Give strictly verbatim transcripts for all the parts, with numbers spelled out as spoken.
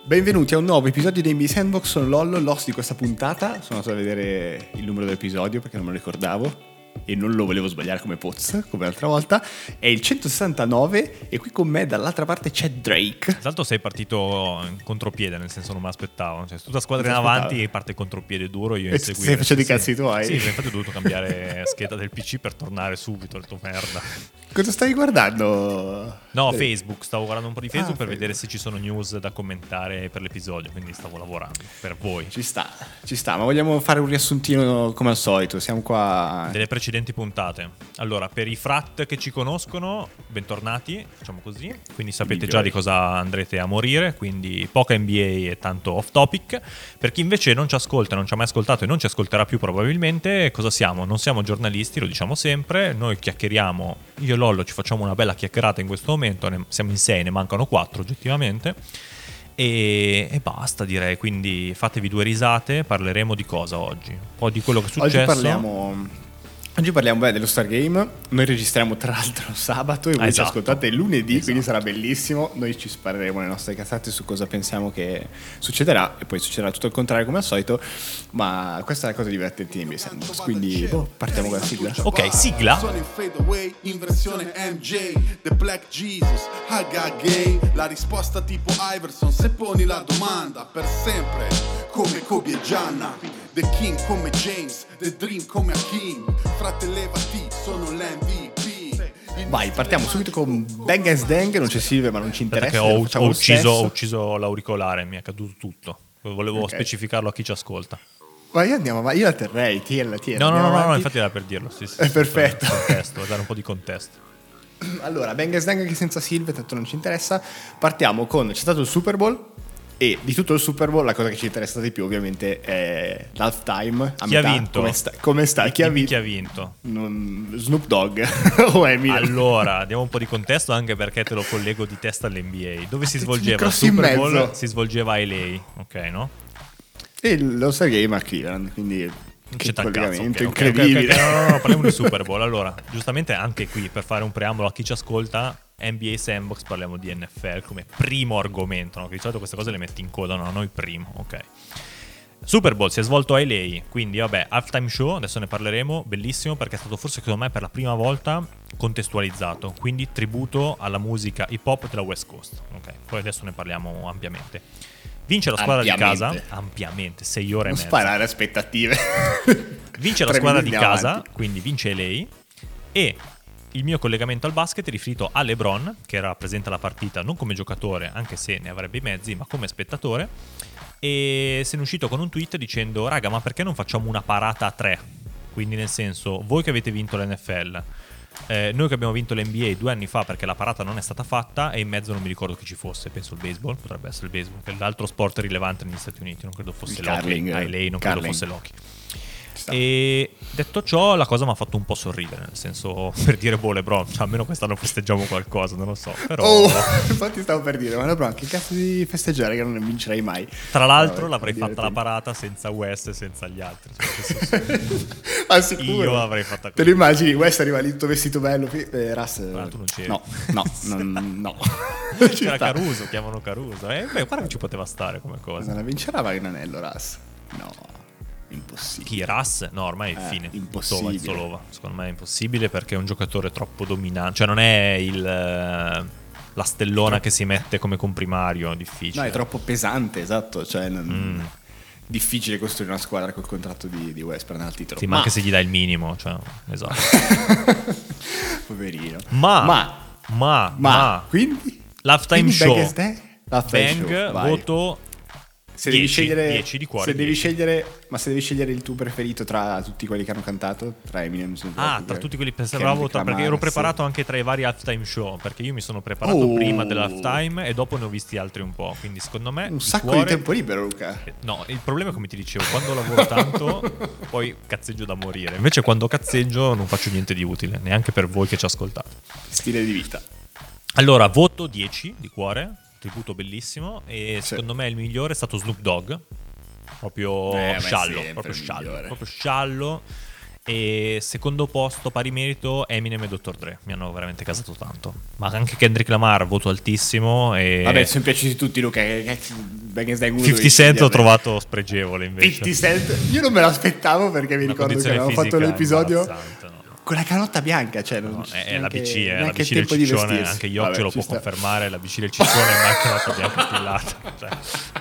Benvenuti a un nuovo episodio di N B A Sandbox. Sono Lollo, l'host di questa puntata. Sono andato a vedere il numero dell'episodio perché non me lo ricordavo e non lo volevo sbagliare come Poz, come l'altra volta. È il centosessantanove e qui con me dall'altra parte c'è Drake. Tanto sei partito in contropiede, nel senso non me l'aspettavo. Cioè, tutta squadra in avanti e parte contropiede duro, io inseguire. Stai facendo i sì, cazzi tuoi? Sì, infatti ho dovuto cambiare scheda del P C per tornare subito, il tuo merda. Cosa stai guardando? No, eh. Facebook, stavo guardando un po' di Facebook Ah, per Facebook. vedere se ci sono news da commentare per l'episodio, quindi stavo lavorando per voi. Ci sta, ci sta, ma vogliamo fare un riassuntino come al solito, siamo qua... Delle precedenti puntate. Allora, per i frat che ci conoscono, bentornati, facciamo così. Quindi sapete già di cosa andrete a morire, quindi poca N B A e tanto off topic. Per chi invece non ci ascolta, non ci ha mai ascoltato e non ci ascolterà più probabilmente, cosa siamo? Non siamo giornalisti, lo diciamo sempre, noi chiacchieriamo, io e Lollo ci facciamo una bella chiacchierata in questo momento, ne, siamo in sei, ne mancano quattro oggettivamente. E, e basta, direi. Quindi fatevi due risate. Parleremo di cosa oggi? Un po' di quello che è successo. Oggi parliamo... Oggi parliamo beh, dello Star Game. Noi registriamo tra l'altro sabato e voi Esatto. ci ascoltate lunedì, Esatto. quindi sarà bellissimo. Noi ci spareremo le nostre cazzate su cosa pensiamo che succederà e poi succederà tutto il contrario come al solito, ma questa è la cosa divertente di N B A Sandbox, quindi boh, partiamo con la sigla. Ok, sigla. Sono in fade away in versione M J, The Black Jesus, I got game. La risposta tipo Iverson se poni la domanda, per sempre come Kobe e Gianna. The King come James, The Dream come Hakim. Frate levati, sono l'M V P. Vai, partiamo subito con Bang as Dang, non c'è Silvia ma non ci Aspetta interessa. che ho, facciamo ho lo ucciso, stesso. ho ucciso l'auricolare, mi è caduto tutto. Volevo Ok. specificarlo a chi ci ascolta. Vai, andiamo, vai, io la terrei, tienila, tienila. No, no, no, andiamo no, no, avanti. infatti era per dirlo. Sì, sì, È sì, perfetto. per contesto, dare un po' di contesto. Allora, Bang as Dang anche senza Silvia, tanto non ci interessa. Partiamo con, c'è stato il Super Bowl e di tutto il Super Bowl la cosa che ci interessa di più ovviamente è l'halftime. A Chi ha metà. vinto? Come sta? Come sta? Chi, ha Dimmi vinto? chi ha vinto? Non- Snoop Dogg o Eminem? Allora, diamo un po' di contesto anche perché te lo collego di testa all'N B A. Dove si Mettiti svolgeva il Cross in Super Bowl? mezzo. Si svolgeva a L A, ok, no? E lo Star Game a Cleveland, quindi Non che c'è tal cazzo, collegamento ok, ok, incredibile. ok, ok, no, no, no, parliamo di Super Bowl. Allora, giustamente anche qui, per fare un preambolo a chi ci ascolta, N B A Sandbox parliamo di N F L come primo argomento, no? Che di solito queste cose le metti in coda, no? Noi primo, ok. Super Bowl si è svolto a L A, quindi vabbè, halftime show, adesso ne parleremo, bellissimo perché è stato forse secondo me per la prima volta contestualizzato, quindi tributo alla musica hip hop della West Coast, ok, poi adesso ne parliamo ampiamente. Vince la squadra di casa, Ampiamente. ampiamente, sei ore Non e mezza. sparare aspettative. Vince la Tre squadra minuti di andiamo casa, avanti. quindi vince L A, e il mio collegamento al basket è riferito a LeBron, che rappresenta la partita non come giocatore, anche se ne avrebbe i mezzi, ma come spettatore, e se ne è uscito con un tweet dicendo raga, ma perché non facciamo una parata a tre? Quindi nel senso, voi che avete vinto l'N F L, eh, noi che abbiamo vinto l'N B A due anni fa perché la parata non è stata fatta e in mezzo non mi ricordo chi ci fosse, penso il baseball, potrebbe essere il baseball, che è l'altro sport rilevante negli Stati Uniti, non credo fosse Il l'hockey, curling, a L A non credo curling. fosse l'hockey. sta. E detto ciò, la cosa mi ha fatto un po' sorridere, nel senso, per dire boh LeBron, cioè, almeno quest'anno festeggiamo qualcosa, non lo so, però Oh, infatti stavo per dire, ma LeBron, che cazzo di festeggiare che non ne vincerei mai. tra l'altro Vabbè, l'avrei fatta la divertente. parata senza West e senza gli altri, cioè, nel senso, Ah, sicuro. io l'avrei fatta Te così. lo immagini? West arriva lì tutto vestito bello. Eh, Russ, Tra l'altro non c'eri. No, no, non- no. Ci C'era sta. Caruso, chiamano Caruso, eh, beh, guarda che ci poteva stare come cosa. Non la vincerà Vagnanello, Russ? No, impossibile. Chi, Russ? No, ormai è Eh, fine. impossibile. Sova, Solova. Secondo me è impossibile perché è un giocatore troppo dominante. Cioè, non è il eh, la stellona che si mette come comprimario. Difficile. No, è troppo pesante, esatto. Cioè, non- Mm. difficile costruire una squadra col contratto di, di West per andare al titolo. Sì, ma anche se gli dai il minimo. Cioè, esatto. Poverino. Ma, ma, ma, ma, ma, quindi? l'halftime Quindi show. Bang as Dang? L'halftime Bang, show, vai. voto Se devi dieci, scegliere, dieci di cuore, se devi dieci. scegliere, ma se devi scegliere il tuo preferito tra tutti quelli che hanno cantato, tra Eminem, Snoop Dogg, Ah, tra tutti quelli pensavo Kendrick votare perché Lamar, ero preparato sì. anche tra i vari halftime show, perché io mi sono preparato Oh. prima dell'halftime e dopo ne ho visti altri un po', quindi secondo me Un il sacco cuore- di tempo libero, Luca. No, il problema è come ti dicevo, quando lavoro tanto poi cazzeggio da morire. Invece quando cazzeggio non faccio niente di utile, neanche per voi che ci ascoltate. Stile di vita. Allora, voto dieci di cuore, tributo bellissimo, e Sì. secondo me il migliore è stato Snoop Dogg. Proprio Eh, ma è sciallo, sempre proprio il sciallo, migliore. proprio sciallo. E secondo posto pari merito Eminem e dottor Dre, mi hanno veramente casato tanto. Ma anche Kendrick Lamar, voto altissimo. E vabbè, sono piaciuti tutti, Luca. cinquanta Cent l'ho trovato spregevole invece. cinquanta Cent, io non me l'aspettavo perché mi Una ricordo che condizione avevamo fatto l'episodio imbarazzante, no? con la canotta bianca, cioè non No, c'è è la B C, è la neanche B C il del tempo di ciccione, vestirsi. anche Yok Vabbè, ce lo ci può sta. confermare, la B C del ciccione è mai canotta bianca pillata. Cioè.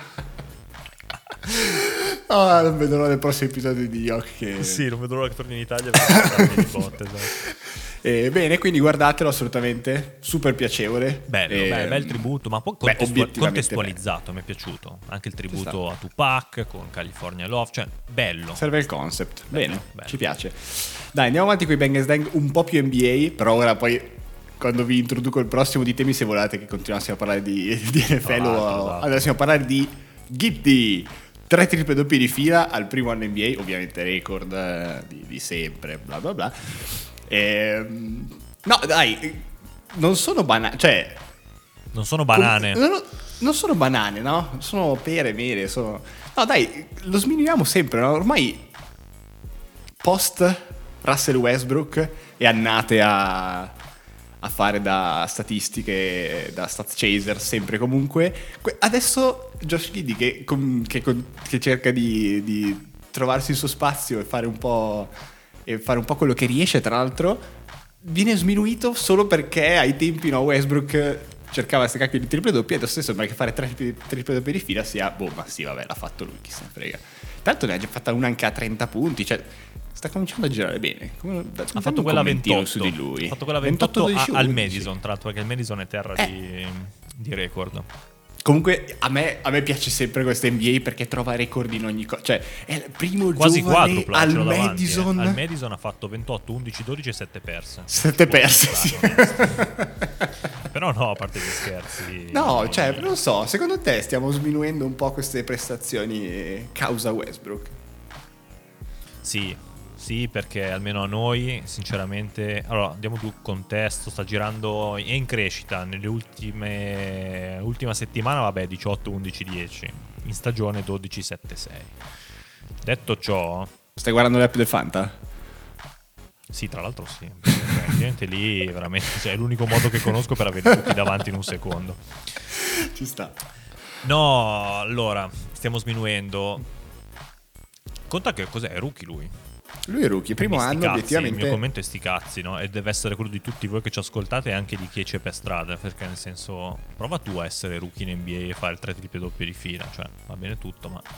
Oh, non vedo l'ora del prossimo episodio di Yok che... Sì, non vedo l'ora che torni in Italia per di botte, esatto. Eh, bene, quindi guardatelo assolutamente, super piacevole. Bello, Eh, beh, bel tributo, ma poi beh, contestu- obiettivamente contestualizzato, mi è piaciuto. Anche il tributo a Tupac con California Love, cioè bello. serve il concept. Bello, Bene, bello. ci piace. Dai, andiamo avanti con i Bang and Stang un po' più N B A, però ora poi quando vi introduco il prossimo ditemi se volete che continuassimo a parlare di, di N F L Esatto, o esatto. allora stiamo a parlare di Giddy. Tre triple doppi di fila al primo anno N B A, ovviamente record eh, di, di sempre, bla bla bla. Ehm, no, dai, non sono banane, cioè... Non sono banane. Com- non, non sono banane, no? Sono pere, mele, sono... No, dai, lo sminuiamo sempre, no? Ormai post Russell Westbrook e annate a, a fare da statistiche, da stat chaser sempre e comunque. Que- Adesso Josh Giddey che, com- che, con- che cerca di, di trovarsi il suo spazio e fare un po' e fare un po' quello che riesce, tra l'altro viene sminuito solo perché ai tempi no, Westbrook cercava queste cacchio di triple doppie e adesso sembra che fare tre triple, triple doppie di fila sia boh, ma sì, vabbè, l'ha fatto lui, chi se ne frega. Tanto ne ha già fatta una anche a trenta punti, cioè sta cominciando a girare bene. Come, Ha fatto quella ventotto su di lui. Ha fatto quella ventotto, ventotto a- al Madison, tra l'altro, perché il Madison è terra Eh. di, di record. Comunque a me, a me piace sempre questa N B A perché trova record in ogni cosa. Cioè è il primo Quasi giovane quadrupla al ce l'ho davanti, Madison. eh. Al Madison ha fatto ventotto, undici, dodici e sette perse. Sette perse, Molto sì. strano, Però no, a parte gli scherzi. No, cioè, non so, secondo te stiamo sminuendo un po' queste prestazioni causa Westbrook? Sì, sì, perché almeno a noi, sinceramente, allora diamo tu contesto, sta girando, è in crescita nelle ultime ultima settimana, vabbè, diciotto, undici, dieci, in stagione dodici, sette, sei. Detto ciò, Stai guardando l'app del Fanta? sì, tra l'altro sì, praticamente lì veramente, cioè, è l'unico modo che conosco per avere tutti davanti in un secondo. Ci sta. No, allora, stiamo sminuendo. Conta che cos'è, è rookie lui. Lui è rookie, primo Quindi sti anno cazzi, obiettivamente. Il mio commento è sti cazzi, no? E deve essere quello di tutti voi che ci ascoltate e anche di chi c'è per strada. Perché nel senso, prova tu a essere rookie in N B A e fare il tre triple doppie di fila. Cioè, va bene tutto, ma...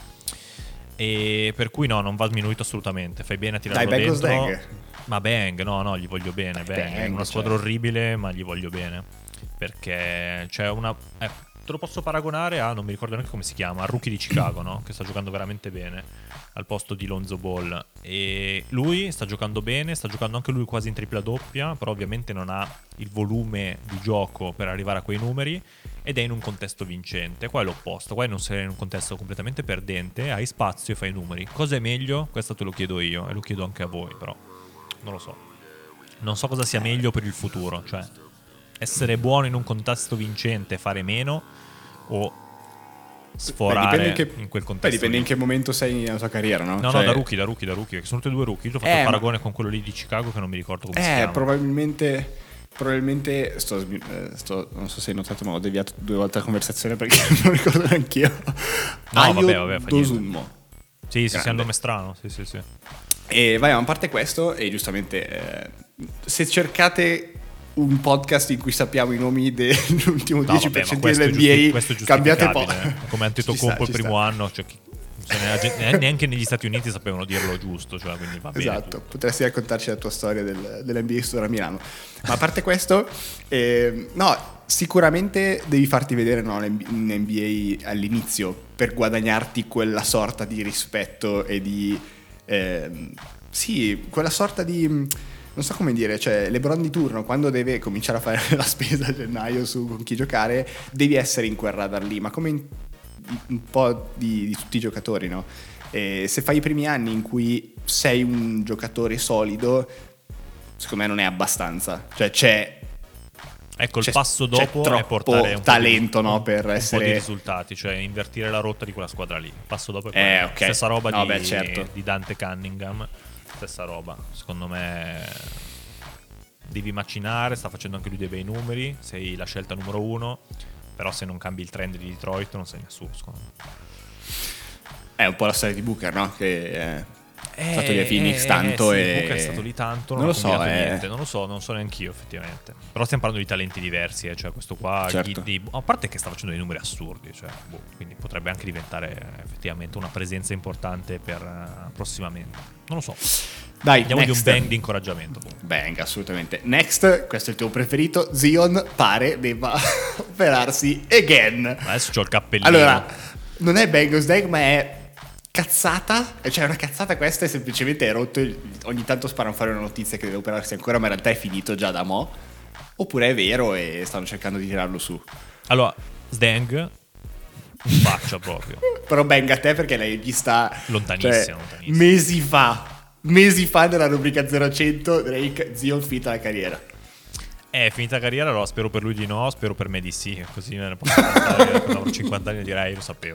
E per cui no, non va sminuito assolutamente. Fai bene a tirarlo Dai, Bang dentro. Bang. Ma Bang, no, no, gli voglio bene. Bang, è Bang, una squadra cioè. orribile, ma gli voglio bene. Perché c'è una... Eh, te lo posso paragonare a, non mi ricordo neanche come si chiama, al rookie di Chicago, no? Che sta giocando veramente bene al posto di Lonzo Ball. E lui sta giocando bene, sta giocando anche lui quasi in tripla doppia, però ovviamente non ha il volume di gioco per arrivare a quei numeri ed è in un contesto vincente. Qua è l'opposto, qua non sei in un contesto completamente perdente, hai spazio e fai i numeri. Cosa è meglio? Questo te lo chiedo io e lo chiedo anche a voi, però non lo so. Non so cosa sia meglio per il futuro, cioè essere buono in un contesto vincente e fare meno o sforare Beh, dipende in, che, in quel beh, contesto. dipende lì. in che momento sei nella tua carriera, no? No, Cioè- no, da rookie, da rookie, da rookie, perché sono tutti e due rookie. Io ho fatto Eh, il ma- paragone con quello lì di Chicago che non mi ricordo come si Eh, chiama. probabilmente Probabilmente sto, smi- eh, sto non so se hai notato, ma ho deviato due volte la conversazione perché non ricordo neanch'io. No, Ayo vabbè, vabbè, fa niente. Dosunmo. Sì, sì, sì, Grande. è un nome strano, sì, sì, sì. E vai, ma a parte questo, e giustamente eh, se cercate un podcast in cui sappiamo i nomi dell'ultimo No, dieci vabbè, per ma cento questo è dell'N giusti- B A, questo è cambiate po'. giustificabile, eh. Come Ci Antetokounmpo sta, il ci primo sta. anno, cioè, chi- cioè, nella gente- neanche negli Stati Uniti sapevano dirlo giusto, cioè, quindi va bene. Esatto, tutto. potresti raccontarci la tua storia del, dell'N B A Store a Milano. Ma a parte questo, eh, no, sicuramente devi farti vedere no, in N B A all'inizio per guadagnarti quella sorta di rispetto e di... ehm, sì, quella sorta di... non so come dire, cioè LeBron di turno quando deve cominciare a fare la spesa a gennaio su con chi giocare, devi essere in quel radar lì, ma come in, un po' di, di tutti i giocatori, no? E se fai i primi anni in cui sei un giocatore solido, secondo me non è abbastanza, cioè c'è Ecco, il c'è- passo c'è dopo troppo è portare un talento, po' di, no, un- per un essere- po' di risultati, cioè invertire la rotta di quella squadra lì. Il passo dopo è Eh, quello. ok. Stessa roba No, di, beh, certo. di Dante Cunningham. stessa roba. Secondo me devi macinare, sta facendo anche lui dei bei numeri, sei la scelta numero uno, però se non cambi il trend di Detroit non sei nessuno, secondo me. È un po' la storia di Booker, no? Che è Eh, stato lì a Phoenix eh, tanto sì, e... Booker è stato lì tanto, non, Non ha lo so, combinato eh. niente, non lo so, non so neanch'io effettivamente. Però stiamo parlando di talenti diversi, eh, cioè questo qua, Certo. Giddey- a parte che sta facendo dei numeri assurdi, cioè, boh, quindi potrebbe anche diventare effettivamente una presenza importante per uh, prossimamente. Non lo so. Dai, Diamogli un next. bang di incoraggiamento. boh. Bang, assolutamente. Next, questo è il tuo preferito. Zion pare debba operarsi again. Adesso c'ho il cappellino. Allora, non è bang o snag, ma è cazzata. Cioè, una cazzata questa è semplicemente è rotto. il- Ogni tanto sparano fuori una notizia che deve operarsi ancora, ma in realtà è finito già da mo'. Oppure è vero e stanno cercando di tirarlo su. Allora, Sdang in faccia proprio. Però bang a te perché l'hai vista Lontanissimo, cioè, lontanissimo. mesi fa. Mesi fa nella rubrica zero a cento Drake, Zion finita la carriera. È finita la carriera, allora spero per lui di no, spero per me di sì, così me ne posso raccontare quando avrò cinquanta anni e direi, lo sapevo.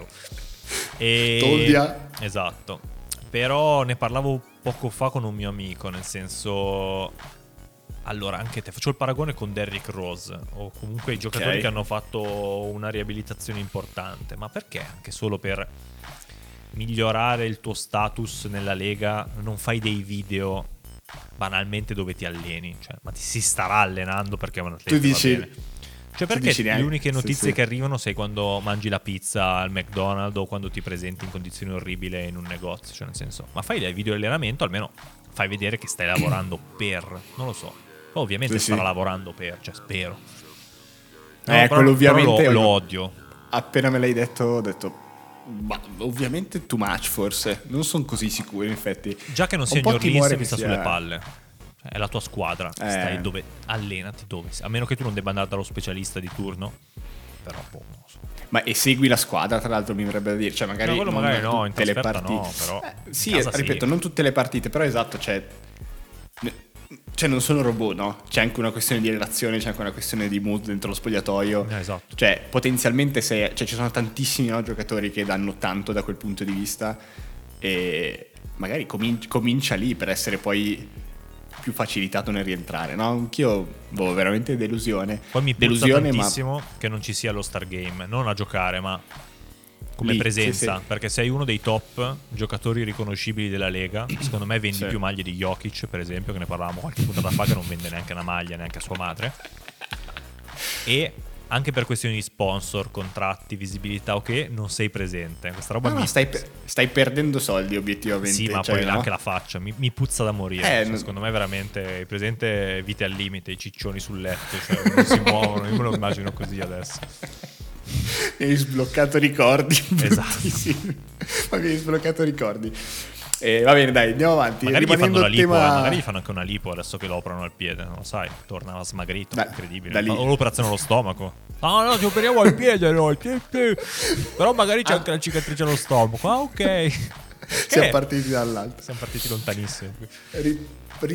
E... Toldia. Esatto. Però ne parlavo poco fa con un mio amico, nel senso... Allora, anche te faccio il paragone con Derrick Rose, o comunque i giocatori Ok. che hanno fatto una riabilitazione importante, ma perché anche solo per migliorare il tuo status nella lega non fai dei video banalmente dove ti alleni? Cioè, ma ti si starà allenando perché è un atleta, Tu dici- va bene. Cioè, tu perché dici le neanche- uniche sì, notizie sì. che arrivano sei quando mangi la pizza al McDonald's o quando ti presenti in condizioni orribili in un negozio, cioè nel senso, ma fai dei video di allenamento, almeno fai vedere che stai lavorando per, non lo so. Poi ovviamente Sì, sì. starà lavorando per, cioè spero. Eh, però- quello ovviamente però è lo, uno- lo odio. Appena me l'hai detto, ho detto. Ma ovviamente too much, forse. Non sono così sicuro, in effetti. Già che non Ho sia un po' New Orleans timore mi che sta sia- sulle palle. Cioè, è la tua squadra. Eh. Stai dove? Allenati dove? A meno che tu non debba andare dallo specialista di turno. Però, boh, non lo so. Ma e segui la squadra, tra l'altro, mi verrebbe da dire. Cioè, magari. No, quello non magari no, in tutte le trasferta partite. no, però Eh, in sì, casa ripeto, sì. non tutte le partite, però esatto, cioè. Cioè, non sono robot, no? C'è anche una questione di relazione, c'è anche una questione di mood dentro lo spogliatoio. Eh, esatto. Cioè, potenzialmente se, cioè, ci sono tantissimi no, giocatori che danno tanto da quel punto di vista e magari comin- comincia lì per essere pì più facilitato nel rientrare, no? Anch'io, boh, veramente delusione. Poi mi puzza delusione, tantissimo che non ci sia lo Star Game, non a giocare, ma come Lì, presenza, sì, sì. perché sei uno dei top giocatori riconoscibili della Lega. Secondo me vendi Sì. più maglie di Jokic, per esempio, che ne parlavamo qualche puntata fa, che non vende neanche una maglia, neanche a sua madre. E anche per questioni di sponsor, contratti, visibilità o che, non sei presente. Questa roba ma, mi ma stai, per- stai perdendo soldi, obiettivamente. Sì, ma cioè, poi no? anche la faccia mi, mi puzza da morire. Eh, Cioè, non- secondo me veramente presente vite al limite, i ciccioni sul letto, cioè, non si muovono, io me lo immagino così adesso. Mi hai sbloccato ricordi. Esatto. bruttissimi. Ma mi hai sbloccato ricordi. Eh, va bene, dai, andiamo avanti. Magari gli fanno Rimanendo la al lipo, tema- eh, magari gli fanno anche una lipo adesso che lo operano al piede, non lo sai, torna smagrito, Da- incredibile. da lì- O l'operazione allo stomaco. No, no, ci operiamo al piede noi, sì, sì. Però magari c'è anche la cicatrice allo stomaco. Ah, ok. Siamo Che- partiti dall'alto. Siamo partiti lontanissimi. Ri-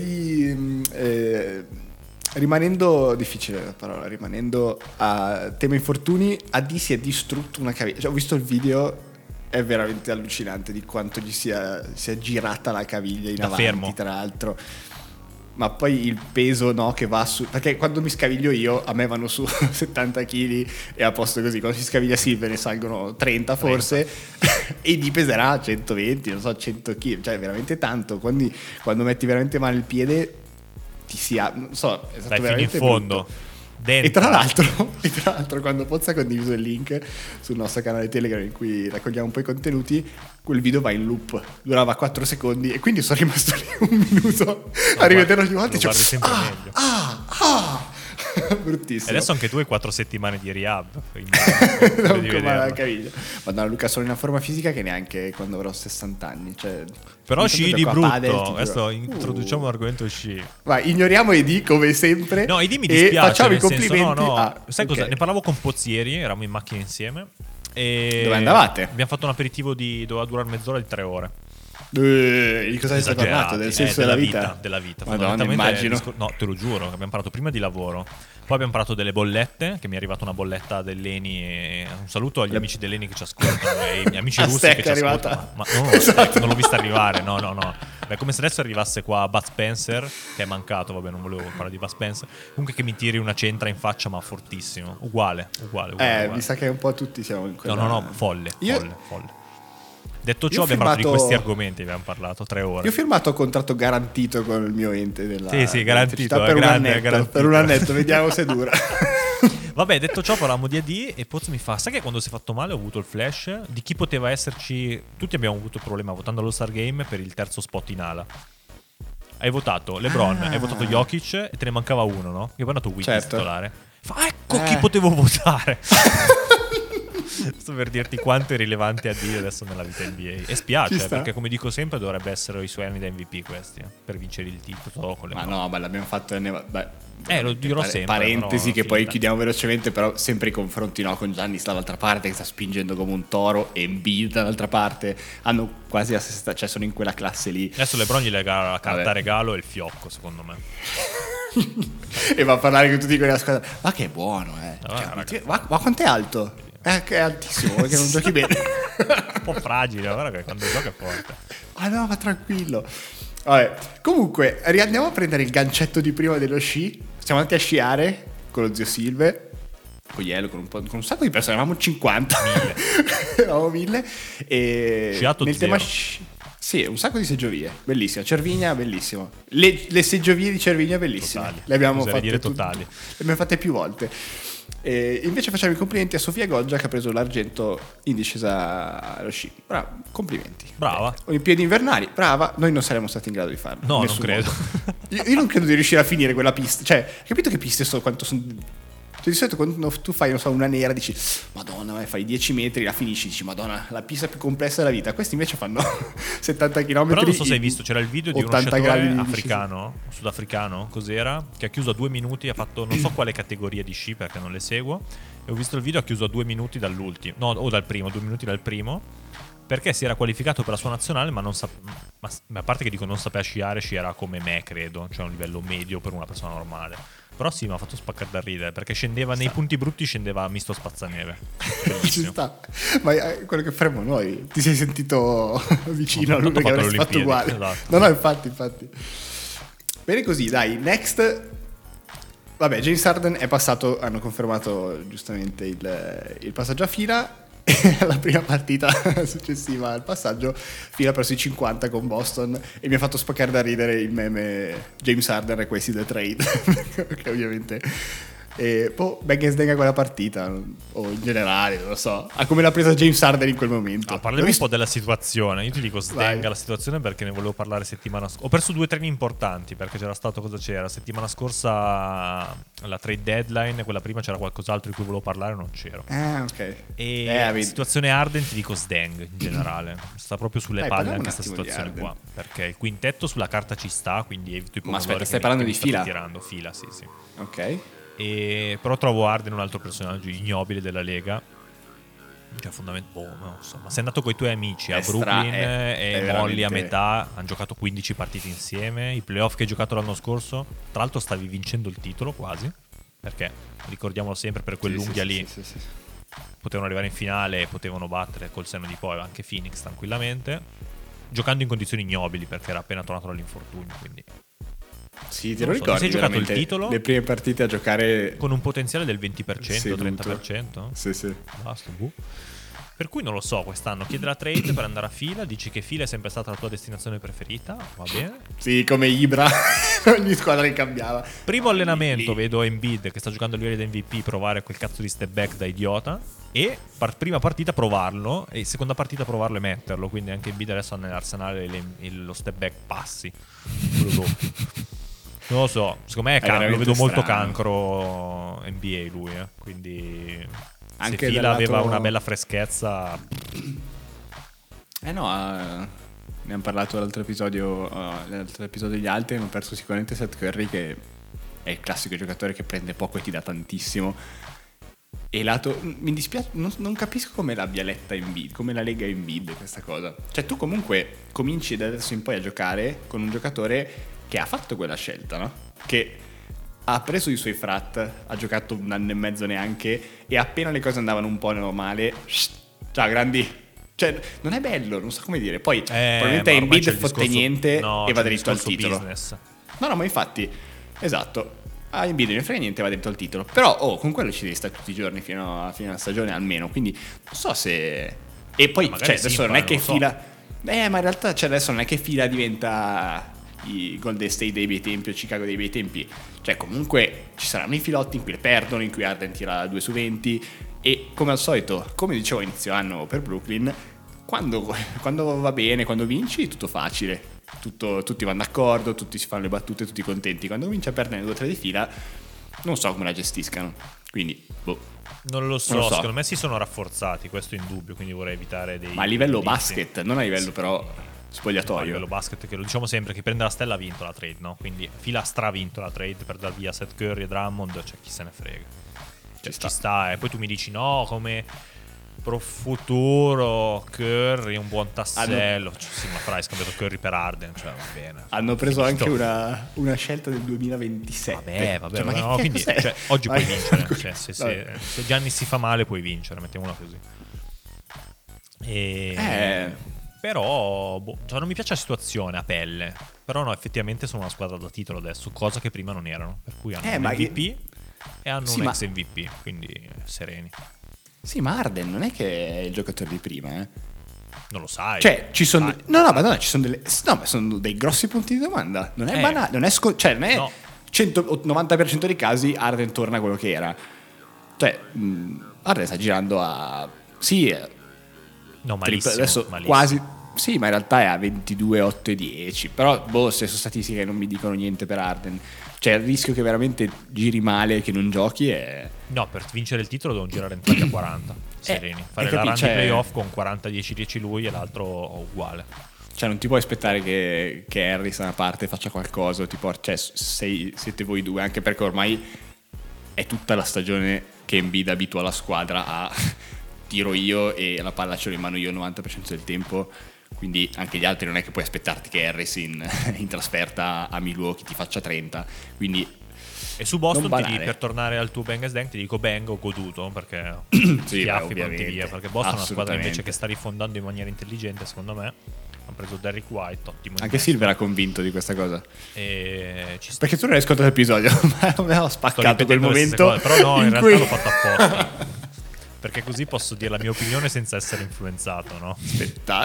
ri- eh, rimanendo difficile la parola, rimanendo a tema infortuni, A D si è distrutto una caviglia. Cioè, ho visto il video, è veramente allucinante di quanto gli sia, sia girata la caviglia in Da avanti, fermo. tra l'altro. Ma poi il peso, no, che va su, perché quando mi scaviglio io a me vanno su settanta chili e a posto così, quando si scaviglia Silver ne salgono trenta forse e gli peserà centoventi, non so, cento chili, cioè veramente tanto. Quindi quando metti veramente male il piede ti si ha, non so, è stato Dai, fino in veramente fondo. brutto. Dentro. E tra l'altro, e tra l'altro quando Pozza ha condiviso il link sul nostro canale Telegram in cui raccogliamo un po' i contenuti, quel video va in loop, durava quattro secondi e quindi sono rimasto lì un minuto a rivederlo ogni volta lo e dicevo, guardi sempre ah, meglio. ah, ah, bruttissimo. E adesso anche tu hai quattro settimane di rehab. quindi non vedi come la vederlo. caviglia. Madonna, Luca, sono in una forma fisica che neanche quando avrò sessanta anni, cioè, Però intanto sci di gioco a padel, brutto. ti Adesso giuro. introduciamo l'argomento sci. Vai, ignoriamo Edi come sempre. No, Edi mi e dispiace. facciamo i nel senso, complimenti. no, no. a- Sai ok. cosa? Ne parlavo con Pozzieri, eravamo in macchina insieme. E Dove andavate? Abbiamo fatto un aperitivo di doveva durare mezz'ora di tre ore. Eh, di cosa hai Esagerati, parlato? Del eh, senso della della vita? Della vita. Madonna, Fondamentalmente, immagino. discor- no, te lo giuro, abbiamo parlato prima di lavoro. Poi abbiamo parlato delle bollette, che mi è arrivata una bolletta dell'Eni, e un saluto agli Le... amici dell'Eni che ci ascoltano e ai miei amici a russi Stack che ci è ascoltano. arrivata. Ma, ma no, no, esatto. Non l'ho vista arrivare, no, no, no. Beh, come se adesso arrivasse qua Bud Spencer, che è mancato, vabbè, non volevo parlare di Bud Spencer. Comunque che mi tiri una centra in faccia, ma fortissimo. Uguale, uguale, uguale. Eh, uguale. mi sa che un po' tutti siamo in quella... No, no, no, folle, Io... folle, folle. Detto ciò, Io abbiamo firmato... parlato di questi argomenti, abbiamo parlato tre ore. Io ho firmato contratto garantito con il mio ente della Sì, sì, garantito, per, grande, un annetto, garantito. per un annetto, vediamo se dura. Vabbè, detto ciò, parlavamo di A D e Pozzo mi fa: sai che quando si è fatto male ho avuto il flash di chi poteva esserci. Tutti abbiamo avuto il problema votando allo Star Game per il terzo spot in ala. Hai votato LeBron, ah. hai votato Jokic e te ne mancava uno, no? Che poi è andato Wiki certo. titolare. Fa: ecco eh. chi potevo votare. Sto per dirti quanto è rilevante A D adesso nella vita N B A. E spiace, perché come dico sempre dovrebbe essere i suoi anni da M V P questi, eh, per vincere il titolo con le ma mani. no, ma l'abbiamo fatto ne... Beh, eh lo dirò pare- sempre, parentesi però, che poi finita. chiudiamo velocemente, però sempre i confronti, no, con Giannis dall'altra parte che sta spingendo come un toro e Embiid dall'altra parte hanno quasi la stessa, cioè sono in quella classe lì. Adesso LeBron gli lega la carta Vabbè. regalo e il fiocco, secondo me. E va a parlare con tutti quelli della squadra. Ma che buono, eh. Ah, Cioè, raga. ma, ma quanto è alto? Eh, che è altissimo, perché non giochi bene. Un po' fragile, guarda che quando gioca è forte. Ah no, ma tranquillo. Vabbè, comunque, riandiamo a prendere il gancetto di prima dello sci. Siamo andati a sciare con lo zio Silve, con Ielo, con un, po', con un sacco di persone, eravamo cinquanta. Mille. Eravamo mille. E Sciato nel zero. tema sci... Sì, un sacco di seggiovie, bellissimo. Cervigna, bellissimo. Le, le seggiovie di Cervigna, bellissime. Totali. Le abbiamo Oserei fatte dire tut- totali. Le abbiamo fatte più volte. E invece facciamo i complimenti a Sofia Goggia che ha preso l'argento in discesa allo sci. Brava, complimenti. Brava. Olimpiadi invernali, brava. Noi non saremmo stati in grado di farlo. No, in non nessun credo. modo. Io, io non credo di riuscire a finire quella pista. Cioè, hai capito che piste sono quanto sono. Cioè, di solito quando tu fai, non so, una nera dici Madonna, fai dieci metri, la finisci, dici Madonna, la pista più complessa della vita. Questi invece fanno settanta chilometri. Però non so se hai visto, c'era il video di uno ottanta sciatore gradi di africano, sudafricano, cos'era, che ha chiuso a due minuti, ha fatto non so quale categoria di sci perché non le seguo, e ho visto il video, ha chiuso a due minuti dall'ultimo, no, o dal primo, due minuti dal primo, perché si era qualificato per la sua nazionale, ma non sap- ma, ma a parte che dico non sapeva sciare, sciera come me, credo, cioè un livello medio per una persona normale. Però sì, mi ha fatto spaccare da ridere, perché scendeva nei punti brutti, scendeva misto spazzaneve. Ci Bellissimo. sta. Ma è quello che faremo noi. Ti sei sentito vicino Ho a lui perché fatto avresti le fatto Olimpiadi, uguale. esatto. No, no, infatti, infatti. Bene così, dai, next. Vabbè, James Harden è passato, hanno confermato giustamente il, il passaggio a fila. La prima partita successiva al passaggio, fila presso i cinquanta con Boston, e mi ha fatto spaccare da ridere il meme James Harden requested the trade. Perché ovviamente e poi Bang and Sdenga quella partita, o in generale, non lo so, a come l'ha presa James Harden in quel momento. No, parliamo un po' della situazione. Io ti dico sdenga la situazione perché ne volevo parlare settimana scorsa. Ho perso due treni importanti perché c'era stato, cosa c'era? Settimana scorsa la trade deadline, quella prima c'era qualcos'altro di cui volevo parlare, non c'ero. Ah, ok. E Eh, la vedi. situazione Harden ti dico sdeng in generale. Sta proprio sulle Dai, palle parliamo anche un questa attimo di situazione Harden. qua. Perché il quintetto sulla carta ci sta, quindi evito i Ma pomodori aspetta, che stai mi- parlando che di mi state fila? tirando. Fila, sì, sì. Ok. E, però trovo Harden un altro personaggio ignobile della Lega. Cioè, fondamentalmente, boh, non so. Ma sei andato con i tuoi amici a È stra- Brooklyn è- e è molli a veramente- metà. Hanno giocato quindici partite insieme. I playoff che hai giocato l'anno scorso, tra l'altro, stavi vincendo il titolo quasi. Perché ricordiamolo sempre, per quell'unghia Sì, sì, lì sì, sì, sì. potevano arrivare in finale e potevano battere col senno di poi anche Phoenix tranquillamente. Giocando in condizioni ignobili perché era appena tornato dall'infortunio. Quindi Sì, te Non lo so, ti ricordi sei giocato il veramente titolo? le prime partite a giocare con un potenziale del venti per cento, seduto. trenta per cento. Sì, sì. Basta, boh. Per cui non lo so, quest'anno chiede la trade per andare a fila, dici che fila è sempre stata la tua destinazione preferita, va bene. Sì, come Ibra, ogni squadra che cambiava. Primo allenamento, lì. vedo Embiid che sta giocando a livello di M V P provare quel cazzo di step back da idiota, e par- prima partita provarlo e seconda partita provarlo e metterlo, quindi anche Embiid adesso ha nell'arsenale le- il- lo step back passi, quello doppio. Non lo so, secondo me è È can- lo veramente vedo molto strano. cancro N B A lui, eh. Quindi Anche se Fila dal aveva lato- una bella freschezza. Eh no, eh, ne abbiamo parlato l'altro episodio, uh, l'altro episodio degli altri, hanno perso sicuramente Seth Curry, che è il classico giocatore che prende poco e ti dà tantissimo. E lato, mi dispiace, non, non capisco come l'abbia letta Embiid, come la lega Embiid questa cosa. Cioè tu comunque cominci da adesso in poi a giocare con un giocatore che ha fatto quella scelta, no? Che ha preso i suoi frat, ha giocato un anno e mezzo neanche, e appena le cose andavano un po' male, ciao grandi. Cioè, non è bello, non so come dire. Poi Eh, probabilmente ma ormai Embiid c'è il fotte discorso- niente no, e c'è va il dritto al discorso titolo. business. No, no, ma infatti, esatto. A Embiid non ne frega niente, va dentro al titolo. Però, oh, con quello ci devi stare tutti i giorni fino a fine della stagione almeno. Quindi, non so se... E poi, magari cioè, sì, adesso non poi è che non lo so. fila... Eh, ma in realtà, cioè, adesso non è che fila diventa i Golden State dei bei tempi o Chicago dei bei tempi. Cioè, comunque, ci saranno i filotti in cui le perdono, in cui Harden tira due su venti. E, come al solito, come dicevo a inizio anno per Brooklyn... Quando, quando va bene, quando vinci, tutto facile, tutto, tutti vanno d'accordo, tutti si fanno le battute, tutti contenti. Quando vinci a perdere due o tre di fila, non so come la gestiscano. Quindi, boh. Non lo so, Non lo so. secondo me si sono rafforzati, questo è indubbio, quindi vorrei evitare dei... Ma a livello giudizi. basket, non a livello però No, a spogliatoio. livello basket, che lo diciamo sempre, che prende la stella ha vinto la trade, no? Quindi fila ha stravinto la trade per dar via Seth Curry e Drummond, cioè chi se ne frega. Cioè, Ci ci sta. sta, e poi tu mi dici no, come pro futuro Curry, un buon tassello. Cioè, sì, ma fra, hai scambiato Curry per Arden, cioè va bene. Hanno preso Finito. anche una, una scelta del duemilaventisette. Vabbè, vabbè, Cioè, ma no, che quindi cos'è? cioè, oggi Ma- puoi vincere. Cioè, se, se, Vabbè. se Gianni si fa male, puoi vincere, mettiamola così. E... Eh. Però boh, cioè, non mi piace la situazione a pelle. Però no, effettivamente sono una squadra da titolo adesso, cosa che prima non erano. Per cui hanno Eh, un ma M V P che- e hanno Sì, un ma- ex M V P, quindi sereni. Sì, ma Harden non è che è il giocatore di prima, eh. Non lo sai. Cioè, ci sono... Ah, No, no, ma no, ci sono delle... No, ma sono dei grossi punti di domanda. Non è Eh. banale, non è... sco- Cioè, non è... No. centonovanta per cento dei casi Harden torna a quello che era. Cioè, mh, Harden sta girando a... Sì, eh, no, trip- malissimo, adesso malissimo. quasi... Sì, ma in realtà è a ventidue, otto e dieci. Però, boh, se sono statistiche che non mi dicono niente per Harden. Cioè, il rischio che veramente giri male, che non giochi è... No, per vincere il titolo devono girare entrambi a quaranta. Sereni. Fare hai la capito, run di cioè- playoff con quaranta dieci dieci lui e l'altro uguale. Cioè, non ti puoi aspettare che, che Harris da una parte faccia qualcosa, ti por- cioè, sei, siete voi due, anche perché ormai è tutta la stagione che Embiid abitua la squadra a tiro io e la palla ce l'ho in mano io il novanta per cento del tempo, quindi anche gli altri non è che puoi aspettarti che Harris in, in trasferta a Milwaukee ti faccia trenta, quindi E su Boston Non ti banale. dico, per tornare al tuo Bang as Dang, ti dico bang, ho goduto perché Sì, schiaffi beh, pronti ovviamente. via, perché Boston è una squadra invece Assolutamente. che sta rifondando in maniera intelligente, secondo me. Hanno preso Derrick White, ottimo. anche Silver ha convinto di questa cosa. E ci sta. Perché tu non hai ascoltato l'episodio, ma mi ho Sto spaccato quel ripetendo le stesse momento. cose, però no, in, realtà cui- l'ho fatto apposta. Perché così posso dire la mia opinione senza essere influenzato, no? Aspetta.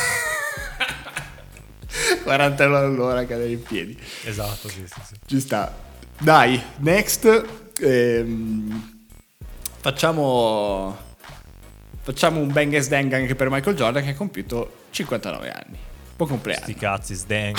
quarantanove all'ora a cadere in piedi. Esatto, sì, sì, sì. Ci sta. Dai, next. ehm, facciamo. Facciamo un bang as dang anche per Michael Jordan che ha compiuto cinquantanove anni. Buon compleanno. Sti cazzi, Sdang.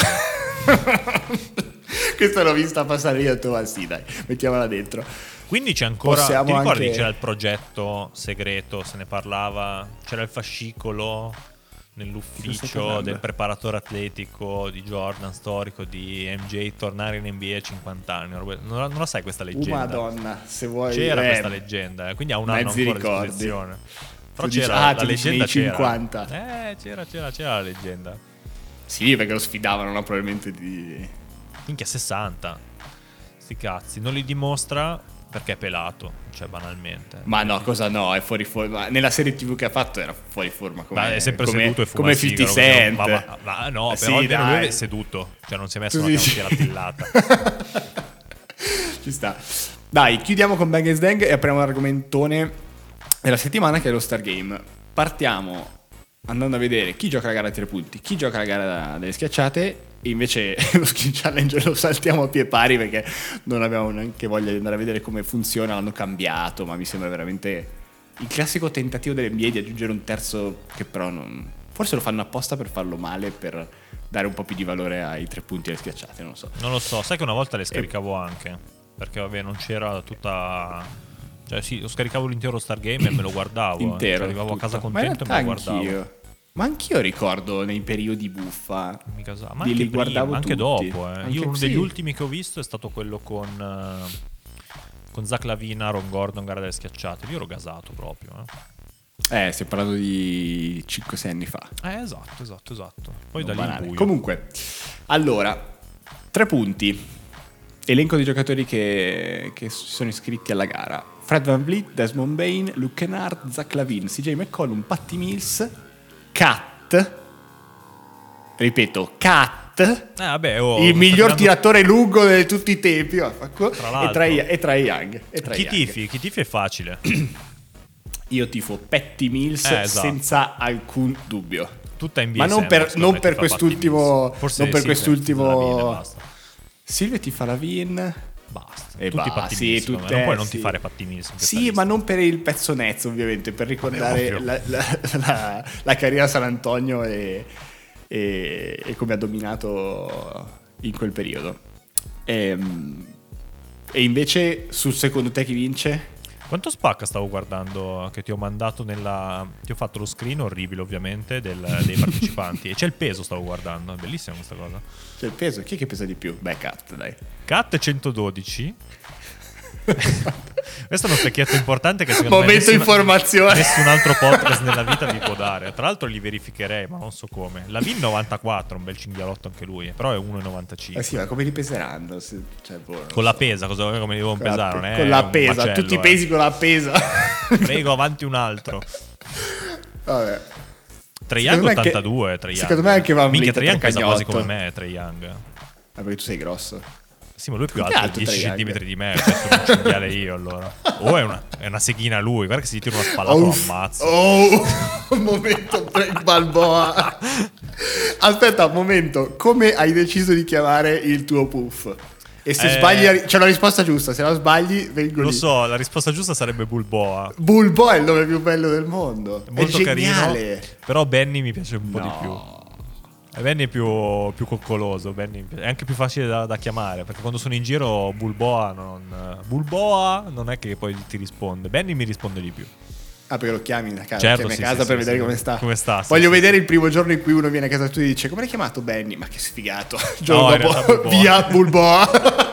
Questa l'ho vista passare io a Thomas, sì, dai, mettiamola dentro. Quindi c'è ancora. Possiamo Ti ricordi anche- c'era il progetto segreto? Se ne parlava. C'era il fascicolo Di cosa stai nell'ufficio parlando? del preparatore atletico di Jordan, storico di M J, tornare in N B A a cinquanta anni. Non la, non la sai questa Uh, leggenda? madonna, se vuoi. C'era eh, questa leggenda, eh, quindi ha un anno mezzi ancora ricordi. a disposizione. Però Tu dici- c'era ah, la tu dici leggenda nei c'era. cinquanta. Eh, c'era, c'era, c'era la leggenda. Sì, perché lo sfidavano, no? Probabilmente di. Minchia, sessanta. Sti cazzi, non li dimostra perché è pelato, cioè banalmente. Ma no, cosa no, è fuori forma. Nella serie tivù che ha fatto era fuori forma come, Ma è sempre come, seduto e fuma come il cinquanta sigaro, Cent. ma, ma, ma no, Sì, però almeno dai. lui è seduto, cioè non si è messo Tu una dici? canottiera attillata. Ci sta. Dai, chiudiamo con Bang as Dang e apriamo l'argomentone della settimana che è lo Star Game. Partiamo andando a vedere chi gioca la gara a tre punti, chi gioca la gara delle schiacciate, e invece lo Skin Challenge lo saltiamo a pie pari perché non abbiamo neanche voglia di andare a vedere come funziona, l'hanno cambiato, ma mi sembra veramente il classico tentativo dell'N B A di aggiungere un terzo che però non... Forse lo fanno apposta per farlo male, per dare un po' più di valore ai tre punti e alle schiacciate, non lo so. Non lo so, sai che una volta le scaricavo anche, perché vabbè non c'era tutta... Cioè sì, lo scaricavo l'intero Star Game e me lo guardavo. Intero. eh. Cioè, arrivavo tutto. a casa Ma in contento e me lo realtà guardavo. anch'io. Ma anch'io ricordo nei periodi buffa. Mica sa- Ma Li- anche, li prima, guardavo anche tutti. dopo. Eh. Anche- Io uno sì. degli ultimi che ho visto è stato quello con, eh, con Zach Lavina, Aaron Gordon, gara delle schiacciate. Io ero gasato proprio. Eh, Eh, stiamo parlando di cinque sei anni fa. eh esatto, esatto, esatto. Poi Non da lì banale. in buio. Comunque, allora, tre punti. elenco di giocatori che, che si sono iscritti alla gara: Fred VanVleet, Desmond Bain, Luke Kennard, Zach LaVine, C J McCollum, Patty Mills, Cat, ripeto, Cat, Eh, vabbè, oh, il miglior tirando... tiratore lungo di tutti i tempi, oh, Tra e Trae e Trae Young. E Trae Chi Young. tifi? Chi tifi è facile. Io tifo Patty Mills Eh, esatto. senza alcun dubbio. Tutta in B. Ma non per, non per quest'ultimo, Forse non per sì, quest'ultimo. basta. Silve ti fa la Vin. Basta. E Tutti bah, Patti sì, Mills, secondo me. tutte- Non puoi non sì. tifare Patti Mills. in questa Sì, lista. ma non per il pezzo Nets, ovviamente, per ricordare Vabbè, la, la, la, la carriera a San Antonio e, e, e come ha dominato in quel periodo. E, e invece, sul secondo te chi vince? Quanto spacca stavo guardando che ti ho mandato nella... Ti ho fatto lo screen orribile ovviamente del- dei partecipanti. E c'è il peso, stavo guardando. È bellissima questa cosa. Cioè, il peso, chi è che pesa di più? Beh, Cat, dai. Cat centododici. Questo è uno specchietto importante che secondo Momento me nessuna- informazione. nessun altro podcast nella vita vi può dare. Tra l'altro li verificherei, ma non so come. La Vin novantaquattro, un bel cinghialotto anche lui, però è uno e novantacinque. Eh sì, ma come li peseranno? Se- cioè, boh, non Con la so. pesa, cosa, come li devono Con la pesare? pe- Non è con la un pesa, macello, tutti i eh. pesi con la pesa. Prego, avanti un altro. Vabbè. Trae Secondo Young me anche- ottantadue, Trae Young. secondo me anche Van Minchia, Vliet Trae Young tre pesa quasi cagnotto. come me, Trae Young. Ah, perché tu sei grosso. Sì, ma lui è più Quanto è alto di alto dieci Trae Young? centimetri di me, cioè sono un cinghiale io allora. O è una, è una seghina lui, guarda che se gli tiro una spallata lo ammazzo. Oh, un momento break Balboa. Aspetta, un momento. Come hai deciso di chiamare il tuo puff? E se Eh, sbagli, c'è la risposta giusta. Se la sbagli, vengo Lo lì. so, la risposta giusta sarebbe Bulboa. Bulbo è il nome più bello del mondo. È molto è carino, geniale. però Benny mi piace un po' No. di più. E Benny è più, più coccoloso, Benny mi piace- è anche più facile da, da chiamare, perché quando sono in giro Bulboa non, Bulboa non è che poi ti risponde, Benny mi risponde di più. Ah, perché lo chiami a casa, Certo, chiami sì, a casa sì, per sì, vedere sì. come sta. Come sta, sì, Voglio sì, vedere sì. il primo giorno in cui uno viene a casa tua e dice: come l'hai chiamato Benny? Ma che sfigato. Il giorno No, in dopo, realtà Bulboa. via Bulboa.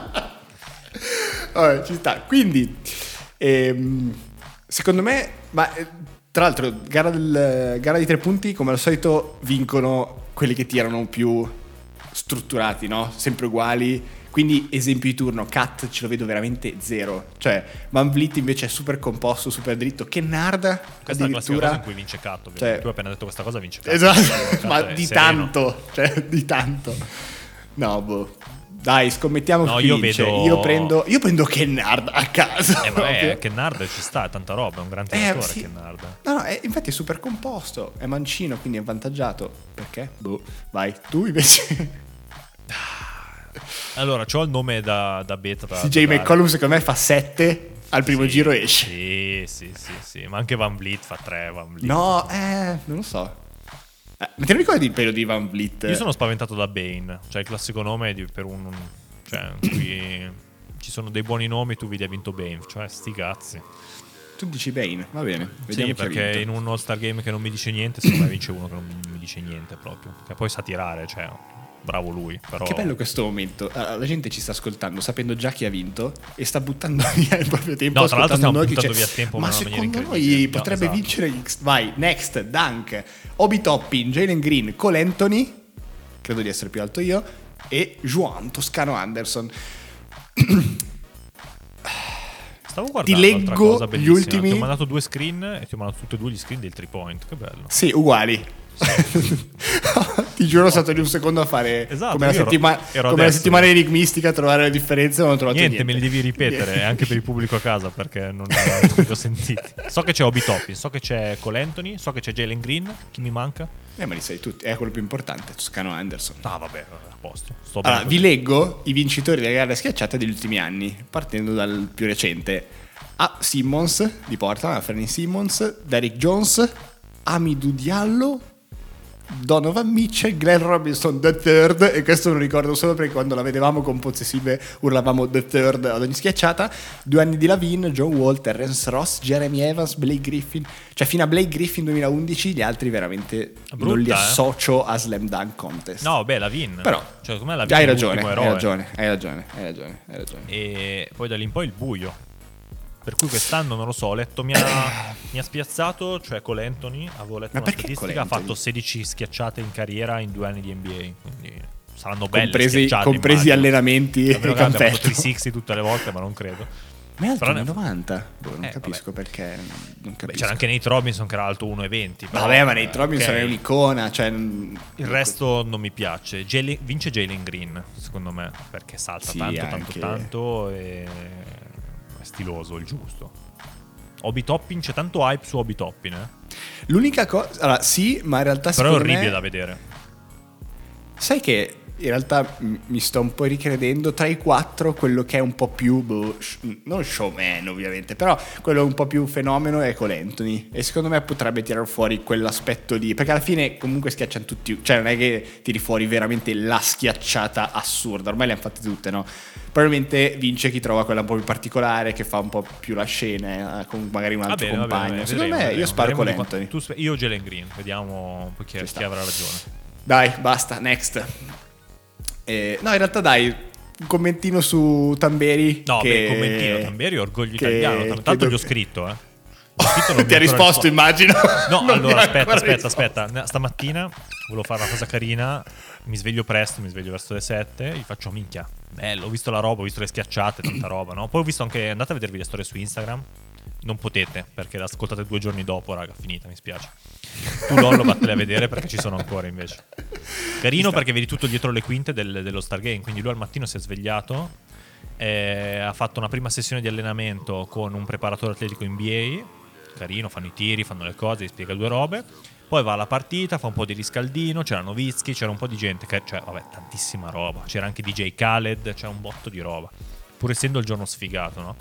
Vabbè, ci sta. Quindi, ehm, secondo me, ma eh, tra l'altro, gara, del, gara di tre punti, come al solito, vincono quelli che tirano più strutturati, no? Sempre uguali. Quindi, esempio di turno, Cat ce lo vedo veramente zero. Cioè, Van Vliet invece è super composto, super dritto. Kennard, Questa è la classica cosa addirittura. in cui vince Cat, ovviamente. Cioè- Tu hai appena detto questa cosa, vince Cat. Esatto, Cat ma è di sereno. tanto, cioè di tanto. No, boh. Dai, scommettiamo No, chi io vince. vedo- Io prendo io prendo Kennard a caso. Eh, proprio. vabbè, Kennard ci sta, è tanta roba, è un gran Eh, tiratore sì. Kennard. No, no, è- infatti è super composto, è mancino, quindi è avvantaggiato. Perché? Boh, vai, tu invece. Allora, c'ho il nome da, da beta da, C J da- McCollum secondo me fa sette, al primo Sì, giro esce. Sì, sì, sì, sì, ma anche Van Vliet fa tre, Van Vliet. No, eh, non lo so. Eh, ma te lo ricordi il pelo di Van Vliet? Io sono spaventato da Bane, cioè il classico nome di- per un... Cioè, qui ci sono dei buoni nomi, tu vedi ha vinto Bane, cioè sti cazzi. Tu dici Bane, va bene. Vediamo Sì, chi ha perché vinto. in un All-Star Game che non mi dice niente, secondo me vince uno che non mi dice niente proprio. Che poi sa tirare, cioè, bravo lui, però... Che bello questo momento. Allora, la gente ci sta ascoltando sapendo già chi ha vinto e sta buttando via il proprio tempo. No, tra l'altro ascoltando stiamo noi che buttando dice, via tempo ma in una maniera secondo noi incredibile." No, potrebbe esatto. vincere X. Vai, next, Dunk, Obi Toppin, Jalen Green, Cole Anthony, credo di essere più alto io, e Juan Toscano Anderson. Stavo guardando Ti un'altra leggo cosa gli bellissima. ultimi- Ti ho mandato due screen e ti ho mandato tutti e due gli screen del three point, che bello. Sì, uguali. Ti giuro, sono stato lì un secondo a fare Esatto, come, la, io ero- settima- ero come la adesso. settimana enigmistica a trovare le differenze, non ho trovato Niente, niente. me li devi ripetere anche per il pubblico a casa perché non, non li ho sentiti. So che c'è Obi Toppin, so che c'è Cole Anthony, so che c'è Jalen Green. Chi mi manca? Eh, ma li sai tutti, è quello più importante, Toscano Anderson. Ah, vabbè, a posto. Sto Allora, bene vi così. leggo i vincitori delle gare schiacciate degli ultimi anni, partendo dal più recente. A. Simmons di Portland, Fernie Simmons, Derrick Jones, Amidou Diallo, Donovan Mitchell, Glenn Robinson the third, e questo lo ricordo solo perché quando la vedevamo con possessive urlavamo the third ad ogni schiacciata. Due anni di Lavin, John Wall, Terrence Ross, Jeremy Evans, Blake Griffin. Cioè fino a Blake Griffin duemilaundici gli altri veramente Brutta, non li eh. associo a Slam Dunk Contest. No, beh, la Vin. Però cioè, com'è la Vin? hai è ragione, l'ultimo hai eroe. ragione, hai ragione, hai ragione, hai ragione. E poi da lì in poi il buio. Per cui quest'anno non lo so, ho letto, mi ha, mi ha spiazzato, cioè Cole Anthony, avevo letto Ma una perché statistica, Cole ha Anthony? fatto sedici schiacciate in carriera in due anni di N B A, quindi saranno belle, compresi, compresi immagino. allenamenti e campetto campetto. trecentosessanta tutte le volte, ma non credo. Ma è alto Però uno ne- e novanta. Boh, non Eh, capisco vabbè. perché. Non capisco. Beh, c'era anche Nate Robinson che era alto uno e venti. però, Vabbè, ma nei eh, Robinson ok. è un'icona. Cioè, il Il resto non mi piace. Jalen- vince Jalen Green, secondo me, perché salta Sì, tanto, anche. tanto, tanto e è stiloso, il giusto. Obi Toppin, c'è tanto hype su Obi Toppin, eh? L'unica cosa. Allora, sì, ma in realtà Però è secondo orribile me, da vedere. sai che in realtà m- mi sto un po' ricredendo tra i quattro quello che è un po' più boh, sh- non showman ovviamente, però quello un po' più fenomeno è Cole Anthony, e secondo me potrebbe tirare fuori quell'aspetto lì, perché alla fine comunque schiacciano tutti, cioè non è che tiri fuori veramente la schiacciata assurda, ormai le hanno fatte tutte, no? Probabilmente vince chi trova quella un po' più particolare, che fa un po' più la scena, eh, con magari un Va altro bene, va bene, compagno. va bene, Secondo vedremo, me io vedremo, sparo vedremo Cole di qua- Anthony. tu spe- io Jalen Green, vediamo poi chi, Ci chi sta. avrà ragione. Dai, basta, next. Eh, no, in realtà dai, un commentino su Tamberi. No, che... beh, commentino, Tamberi, orgoglio che- italiano. che Tanto do- gli ho scritto, eh. Gli ho scritto, non mi Ti ha ancora risposto, risposto. immagino. No, Non mi allora ha aspetta, ancora aspetta, risposto. aspetta. Stamattina volevo fare una cosa carina. Mi sveglio presto, mi sveglio verso le sette. Gli faccio minchia. Bello, ho visto la roba, ho visto le schiacciate, tanta roba, no? Poi ho visto anche. Andate a vedervi le storie su Instagram. Non potete, perché l'ascoltate due giorni dopo, raga, finita, mi spiace. Tu Lollo vattene a vedere perché ci sono ancora invece. Carino perché vedi tutto dietro le quinte del- dello Stargame. Quindi lui al mattino si è svegliato, eh, ha fatto una prima sessione di allenamento con un preparatore atletico in B A. Carino, fanno i tiri, fanno le cose, gli spiega due robe. Poi va alla partita, fa un po' di riscaldino, c'era Nowitzki, c'era un po' di gente, che, cioè vabbè, tantissima roba. C'era anche D J Khaled, c'era un botto di roba. Pur essendo il giorno sfigato, no?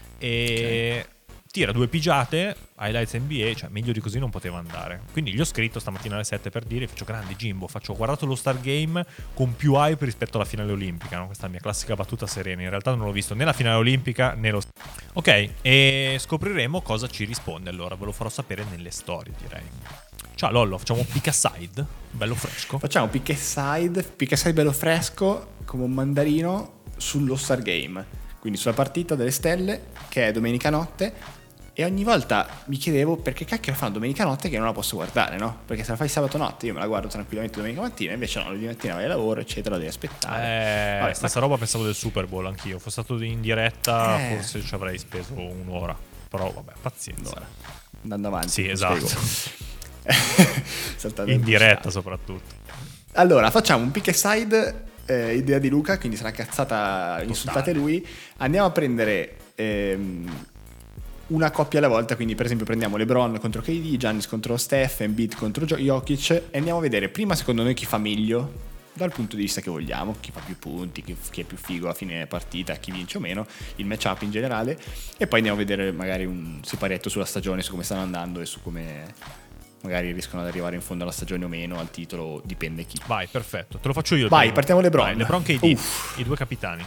E tira due pigiate, highlights N B A, cioè meglio di così non poteva andare. Quindi gli ho scritto stamattina alle sette per dire, faccio grande Jimbo, faccio, ho guardato lo Star Game con più hype rispetto alla finale olimpica, no? Questa è la mia classica battuta serena. In realtà non l'ho visto né la finale olimpica né lo... Ok, e scopriremo cosa ci risponde, allora ve lo farò sapere nelle storie, direi. Ciao Lollo, facciamo un pick aside, bello fresco. Facciamo pick aside, pick aside bello fresco, come un mandarino, sullo Star Game. Quindi sulla partita delle stelle, che è domenica notte. E ogni volta mi chiedevo perché cacchio la fanno domenica notte che non la posso guardare, no? Perché se la fai sabato notte io me la guardo tranquillamente domenica mattina, invece no, lunedì mattina vai al lavoro, eccetera, devi aspettare. Eh, Vabbè, stessa ma- roba pensavo del Super Bowl anch'io. Fosse stato in diretta, Eh. forse ci avrei speso un'ora. Però vabbè, pazienza. Allora, andando avanti. Sì, lo esatto. spiego. Saltando In il diretta chat. soprattutto. Allora, facciamo un pick aside, eh, idea di Luca, quindi sarà cazzata, insultate lui. Andiamo a prendere ehm, una coppia alla volta, quindi per esempio prendiamo LeBron contro K D, Giannis contro Steph, Embiid contro Gio- Jokic, e andiamo a vedere prima secondo noi chi fa meglio dal punto di vista che vogliamo, chi fa più punti, chi, chi è più figo a fine partita, chi vince o meno, il matchup in generale, e poi andiamo a vedere magari un siparietto sulla stagione, su come stanno andando e su come magari riescono ad arrivare in fondo alla stagione o meno, al titolo, dipende chi. Vai, perfetto. Te lo faccio io. il Vai, primo. partiamo LeBron. Vai, LeBron K D, Uff. i due capitani,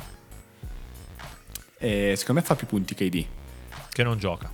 Eh, secondo me fa più punti K D. che non gioca.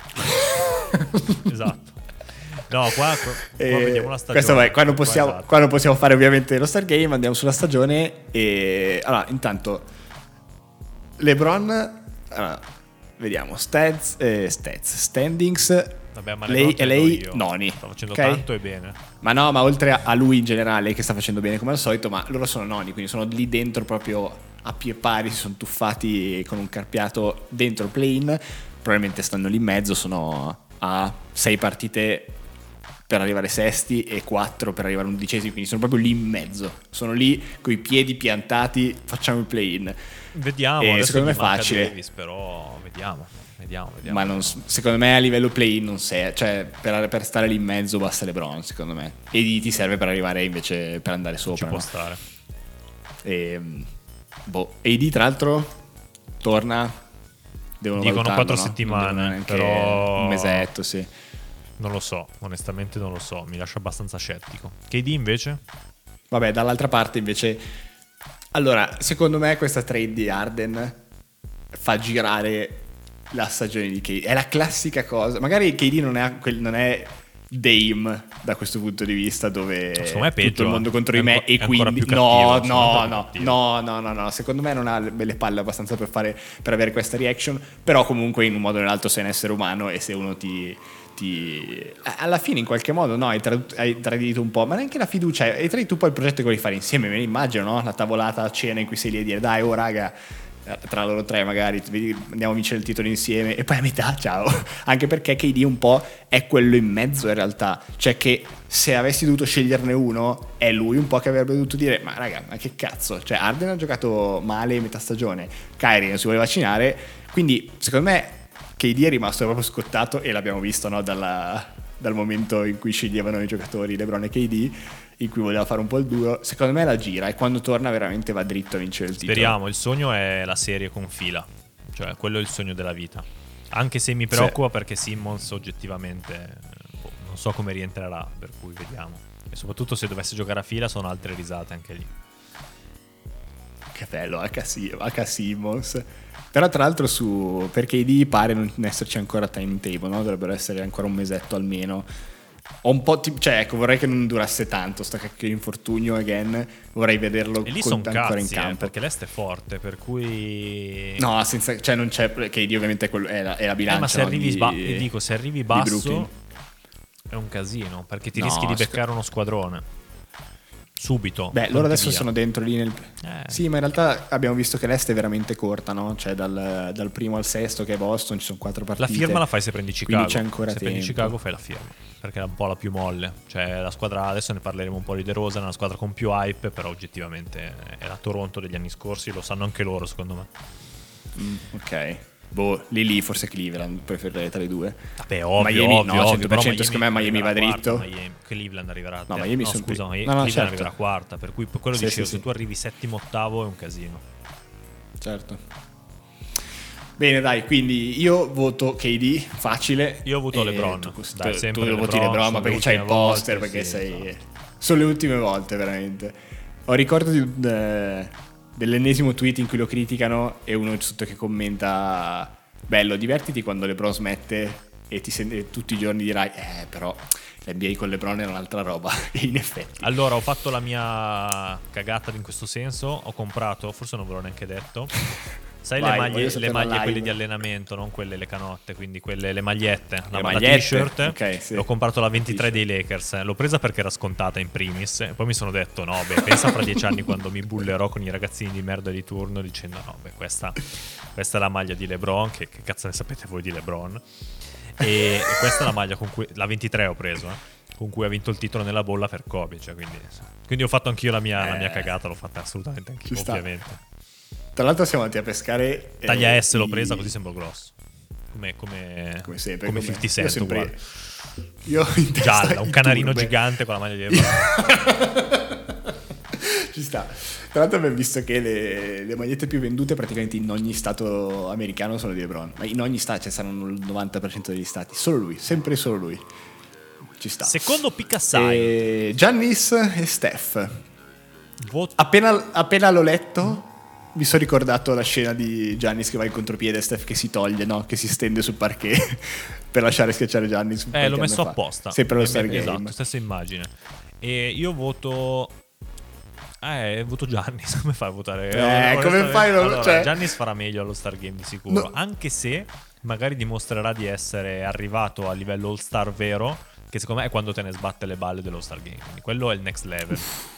Esatto. No, qua, qua, qua Eh, vediamo la stagione. questo vai, qua, non Qua, possiamo, esatto. qua non possiamo fare ovviamente lo Star Game, andiamo sulla stagione e allora intanto LeBron, allora, vediamo stats, eh, stats standings, Vabbè, ma lei, LeBron e credo lei io. noni, Sta facendo ok? tanto e bene. Ma no, ma oltre a, a lui in generale che sta facendo bene come al solito, ma loro sono noni, quindi sono lì dentro proprio a pie pari, si sono tuffati con un carpiato dentro il play-in, probabilmente stanno lì in mezzo, sono a sei partite per arrivare sesti e quattro per arrivare undicesimi, quindi sono proprio lì in mezzo, sono lì coi piedi piantati, facciamo il play-in. Vediamo. Eh, adesso secondo me gli è manca facile. Davis, però vediamo. Vediamo, vediamo. Ma non, secondo me a livello play-in non sei, cioè per, per stare lì in mezzo basta LeBron secondo me, e di- ti serve per arrivare invece per andare ci sopra, può no? stare. E, boh, A D tra l'altro torna, devono Dicono valutarlo, quattro no? settimane, Non devono neanche però- un mesetto, sì. Non lo so, onestamente non lo so, mi lascia abbastanza scettico. K D invece? Vabbè, dall'altra parte invece, allora, secondo me questa trade di Harden fa girare la stagione di K D. È la classica cosa. Magari K D non è, quel- non è Dame da questo punto di vista, dove Secondo me è peggio, tutto il mondo eh. contro È di me anco- e è ancora quindi più no, cattivo, no, secondo me è no, cattivo. no, no, no, no. Secondo me non ha le le palle abbastanza per fare per avere questa reaction. Però comunque in un modo o nell'altro sei un essere umano, e se uno ti, ti alla fine in qualche modo no, hai, tra- hai tradito un po', ma neanche la fiducia, hai tradito un po' il progetto che vuoi fare insieme, me ne immagino, no? La tavolata a cena in cui sei lì a dire dai, oh raga, tra loro tre magari andiamo a vincere il titolo insieme e poi a metà ciao. Anche perché K D un po' è quello in mezzo in realtà, cioè che se avessi dovuto sceglierne uno è lui un po' che avrebbe dovuto dire ma raga, ma che cazzo, cioè Harden ha giocato male in metà stagione, Kyrie non si vuole vaccinare, quindi secondo me K D è rimasto proprio scottato e l'abbiamo visto, no? Dalla, dal momento in cui sceglievano i giocatori LeBron e K D, in cui voleva fare un po' il duo, secondo me la gira e quando torna veramente va dritto a vincere il titolo. Speriamo, il sogno è la serie con fila, cioè quello è il sogno della vita, anche se mi preoccupa sì. Perché Simmons oggettivamente boh, non so come rientrerà, per cui vediamo, e soprattutto se dovesse giocare a fila sono altre risate anche lì. Che bello H. Simmons. Però tra l'altro su per K D pare non esserci ancora timetable, no? Dovrebbero essere ancora un mesetto almeno. Ho un po' tipo, cioè ecco, vorrei che non durasse tanto sta cacchio di infortunio again, vorrei vederlo e lì con, son ancora cazzi, in campo eh, perché l'Est è forte, per cui no, senza, cioè non c'è K D ovviamente è, quello, è, la, è la bilancia, eh, ma se no, arrivi di, sba- dico se arrivi basso è un casino, perché ti no, rischi di sc- beccare uno squadrone subito. Beh, loro adesso via. sono dentro lì nel eh. Sì, ma in realtà abbiamo visto che l'Est è veramente corta, no? Cioè dal, dal primo al sesto che è Boston ci sono quattro partite. La firma la fai se prendi Chicago, c'è ancora se tempo. prendi Chicago fai la firma, perché è un po' la più molle, cioè la squadra, adesso ne parleremo un po' di DeRozan, è una squadra con più hype, però oggettivamente è la Toronto degli anni scorsi, lo sanno anche loro secondo me. mm, ok, boh, lì lì forse Cleveland preferirei tra i due. Vabbè, ovvio, Miami, ovvio, no, ovvio, cento per cento però secondo me Miami va dritto. Quarta, Miami, Cleveland arriverà No, terza. Miami no, sono scusa, qui. Miami, No, no, Cleveland certo. arriverà quarta, per cui quello Sì, dicevo, sì, se sì. tu arrivi settimo ottavo è un casino. Certo. Bene, dai, quindi io voto K D, facile. Io ho avuto E LeBron. Tu, Dai, tu, sempre tu voti LeBron, LeBron, ma sono perché le c'hai il ultime poster, volte, perché sì, sei... esatto. Sono le ultime volte, veramente. Ho ricordo di, eh, dell'ennesimo tweet in cui lo criticano e uno sotto che commenta bello, divertiti quando LeBron smette e ti senti tutti i giorni dirai eh, però l'N B A con LeBron era un'altra roba. E in effetti. Allora, ho fatto la mia cagata in questo senso, ho comprato, forse non ve l'ho neanche detto, sai Vai, le voglio maglie, le sapere maglie live. quelle di allenamento, non quelle le canotte, quindi quelle le magliette, la, Le la magliette, t-shirt. ok, sì. L'ho comprato la ventitré T-shirt. dei Lakers, eh. L'ho presa perché era scontata in primis e poi mi sono detto no, beh, pensa fra dieci anni quando mi bullerò con i ragazzini di merda di turno dicendo no, beh, questa, questa è la maglia di LeBron, che, che cazzo ne sapete voi di LeBron? E, e questa è la maglia con cui la ventitré ho preso, eh, con cui ha vinto il titolo nella bolla per Kobe, cioè, quindi, quindi ho fatto anch'io la mia, Eh, la mia cagata, l'ho fatta assolutamente anch'io, ci sta. ovviamente. Tra l'altro siamo andati a pescare Taglia eh, S l'ho i- presa così sembro grosso. Come, come, come sempre come come- cinquanta Cent, io sempre uguale. io in testa Gialla, un i canarino turbe. gigante con la maglia di LeBron. Ci sta. Tra l'altro abbiamo visto che le, le magliette più vendute praticamente in ogni stato americano sono di LeBron, ma in ogni stato, cioè saranno il novanta per cento degli stati, solo lui, sempre solo lui. Ci sta. Secondo Picassai, E Giannis e Steph. voto Appena, appena l'ho letto mi sono ricordato la scena di Giannis che va in contropiede e Steph che si toglie, no? Che si stende sul parquet per lasciare schiacciare Giannis. un Eh, qualche l'ho anno messo fa. apposta. Sempre lo Eh, Star Game. Esatto, stessa immagine. E io voto... Eh, voto Giannis. Come fai a votare? Eh, come Onestamente- fai? Non- Allora, cioè- Giannis farà meglio allo Star Game di sicuro. No. Anche se magari dimostrerà di essere arrivato a livello All-Star vero, che secondo me è quando te ne sbatte le balle dello Star Game. Quindi quello è il next level.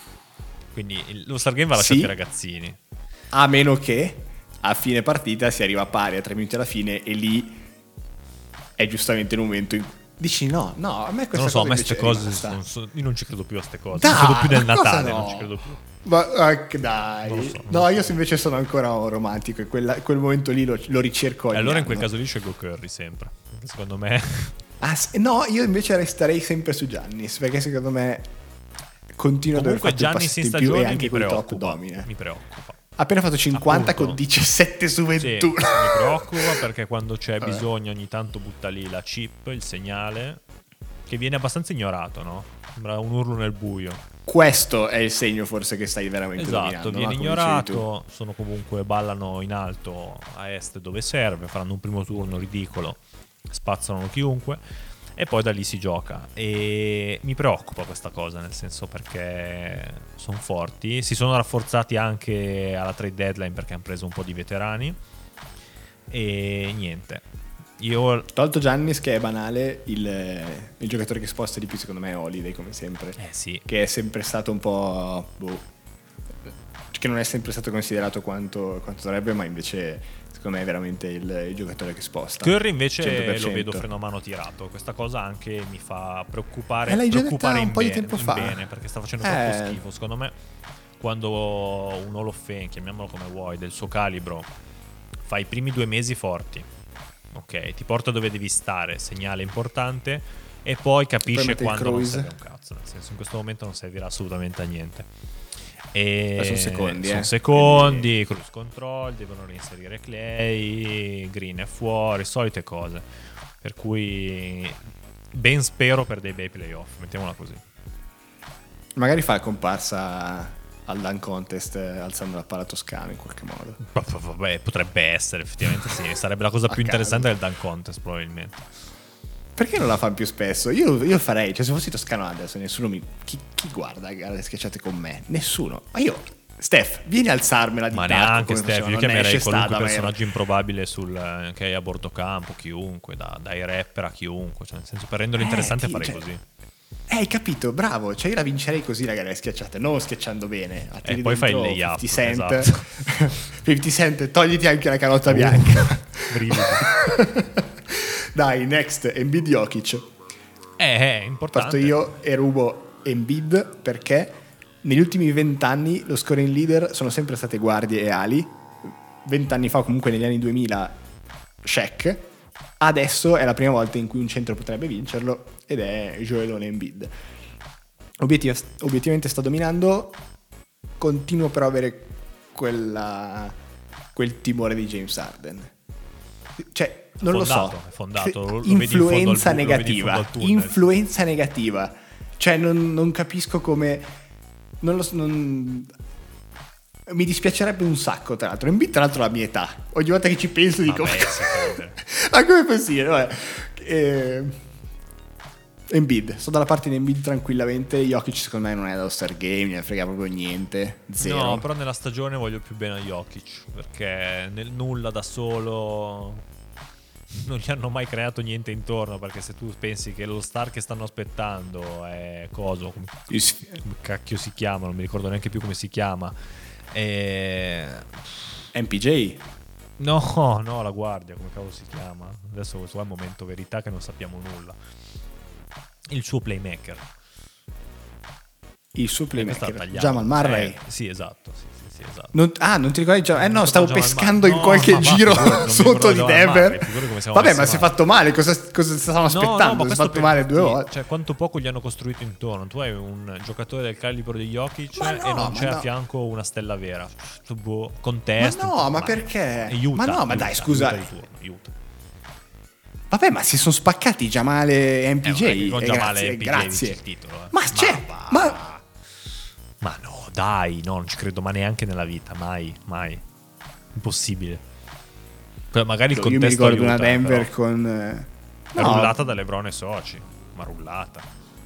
Quindi il- lo Star Game va lasciato Sì. ai ragazzini. A meno che a fine partita si arriva pari a tre minuti alla fine e lì è giustamente il momento in cui dici no, no, a me questa Non lo so, a cosa me invece queste è cose rimasta. non so- io non ci credo più a queste cose. Dai, non credo più nel ma cosa Natale, no? non ci credo più. Ma anche dai. Non lo so, non no, lo io invece sono ancora un romantico e quella- quel momento lì lo, lo ricerco E ogni allora in quel anno. caso lì scelgo Curry sempre. Perché secondo me Ah, sì, no, io invece resterei sempre su Giannis perché secondo me continua ad aver comunque fatto il Giannis in passetto in più e stagione anche mi quel top preoccupa. domina. Mi preoccupa. Ha appena fatto cinquanta Appunto. con diciassette su Sì, ventuno. mi preoccupa perché quando c'è Vabbè. bisogno ogni tanto butta lì la chip, il segnale, che viene abbastanza ignorato, no? Sembra un urlo nel buio. Questo è il segno forse che stai veramente Esatto, dominando, viene no? Come dicevi tu. ignorato, sono comunque, ballano in alto a est dove serve, faranno un primo turno ridicolo, spazzano chiunque e poi da lì si gioca. E mi preoccupa questa cosa, nel senso perché sono forti, si sono rafforzati anche alla trade deadline perché hanno preso un po' di veterani e niente. io Tolto Giannis, che è banale, il, il giocatore che sposta di più secondo me è Holiday, come sempre. eh sì, Che è sempre stato un po'... boh, che non è sempre stato considerato quanto, quanto dovrebbe, ma invece secondo me è veramente il, il giocatore che sposta. Curry invece cento per cento. lo vedo freno a mano tirato. Questa cosa anche mi fa preoccupare, Eh, l'hai già preoccupare detta in, un po' di bene, tempo in fa. bene, perché sta facendo Eh. troppo schifo. Secondo me, quando un Hall of Fame, chiamiamolo come vuoi, del suo calibro, fa i primi due mesi forti, ok, ti porta dove devi stare, segnale importante, e poi capisce mette il quando non cruise. serve un cazzo. Nel senso, in questo momento non servirà assolutamente a niente. E Ma sono secondi, sono eh. secondi, Quindi- cruise control, devono reinserire Clay, Green è fuori, solite cose. Per cui ben spero per dei bei playoff, mettiamola così. Magari fa comparsa al dunk contest eh, alzando la palla toscana in qualche modo. Vabbè, potrebbe essere, effettivamente sì, sarebbe la cosa A più caso. interessante del dunk contest probabilmente. Perché non la fa più spesso? Io, io farei, cioè se fossi toscano adesso nessuno mi... Chi, chi guarda gare schiacciate con me? Nessuno. Ma io... Steph, vieni a alzarmela di Ma tacco, neanche come Steph, facevano io a chiamerei Nash e qualunque Stoudemire. personaggio improbabile sul, eh, che è a bordo campo, chiunque, da- dai rapper a chiunque, cioè nel senso per renderlo Eh, interessante ti- farei cioè, così. Eh, hai capito, bravo. Cioè io la vincerei così la gara schiacciate, non schiacciando bene. A tiri poi fai il dentro layup, cinquanta Cent. esatto. cinquanta Cent, togliti anche la canotta bianca. Brividi. Dai, next, Embiid Jokic. Eh, è importante. Parto io e rubo Embiid perché negli ultimi vent'anni lo scoring leader sono sempre state guardie e ali. Vent'anni fa, comunque negli anni duemila, Shaq. Adesso è la prima volta in cui un centro potrebbe vincerlo ed è Joel Embiid. Obiettiva- obiettivamente sta dominando. Continuo però a avere quella, quel timore di James Harden. Cioè, non lo Fondato, so. è fondato, lo- lo vedi in fondo al Influenza bu- lo vedi in fondo negativa. al tunnel. Influenza negativa. Cioè, non, non capisco come. Non lo so. Non... Mi dispiacerebbe un sacco, tra l'altro. Embiid, tra l'altro, ha la mia età. Ogni volta che ci penso dico. Vabbè, si crede. Ma come è possibile? Vabbè. Eh, Embiid, sto dalla parte di Embiid tranquillamente. Jokic secondo me non è da All-Star Game, non ne frega proprio niente. Zero. No, però nella stagione voglio più bene a Jokic, perché nel nulla da solo non gli hanno mai creato niente intorno, perché se tu pensi che lo star che stanno aspettando è coso, come, come cacchio si chiama, non mi ricordo neanche più come si chiama. E... M P J. No, no, la guardia, come cavolo si chiama? Adesso questo è il momento verità che non sappiamo nulla. Il suo playmaker. Il suo Questa la playmaker tagliamo. Jamal Murray. Eh, sì, esatto, sì, sì, sì, esatto. Non- ah, non ti ricordi già? Eh no, Non stavo Jamal pescando Murray. in qualche No, ma va, giro figurati, non mi sotto ricordo di Jamal Denver. Murray, figurati come siamo Vabbè, messi ma si è male. fatto male. Cosa, cosa stavamo aspettando? Si è questo fatto per male due dirti, volte. Cioè, quanto poco gli hanno costruito intorno. Tu hai un giocatore del calibro di Jokic Ma no, e non ma c'è no. a fianco una stella vera. Boh, Ma contesto. no, ma perché? Aiuta, Ma no, ma aiuta, dai, scusa. aiuta di turno, aiuta. Vabbè, ma si sono spaccati Jamal e M P J. Eh, vabbè, con e Jamal grazie, e M P J grazie. vince il titolo, eh. Ma c'è, va. ma- Ma no, dai, no, non ci credo, ma neanche nella vita, mai, mai. Impossibile. Però magari il Io mi contesto ricordo una aiuta, Denver però. con... eh, È no, rullata da LeBron e soci, ma rullata.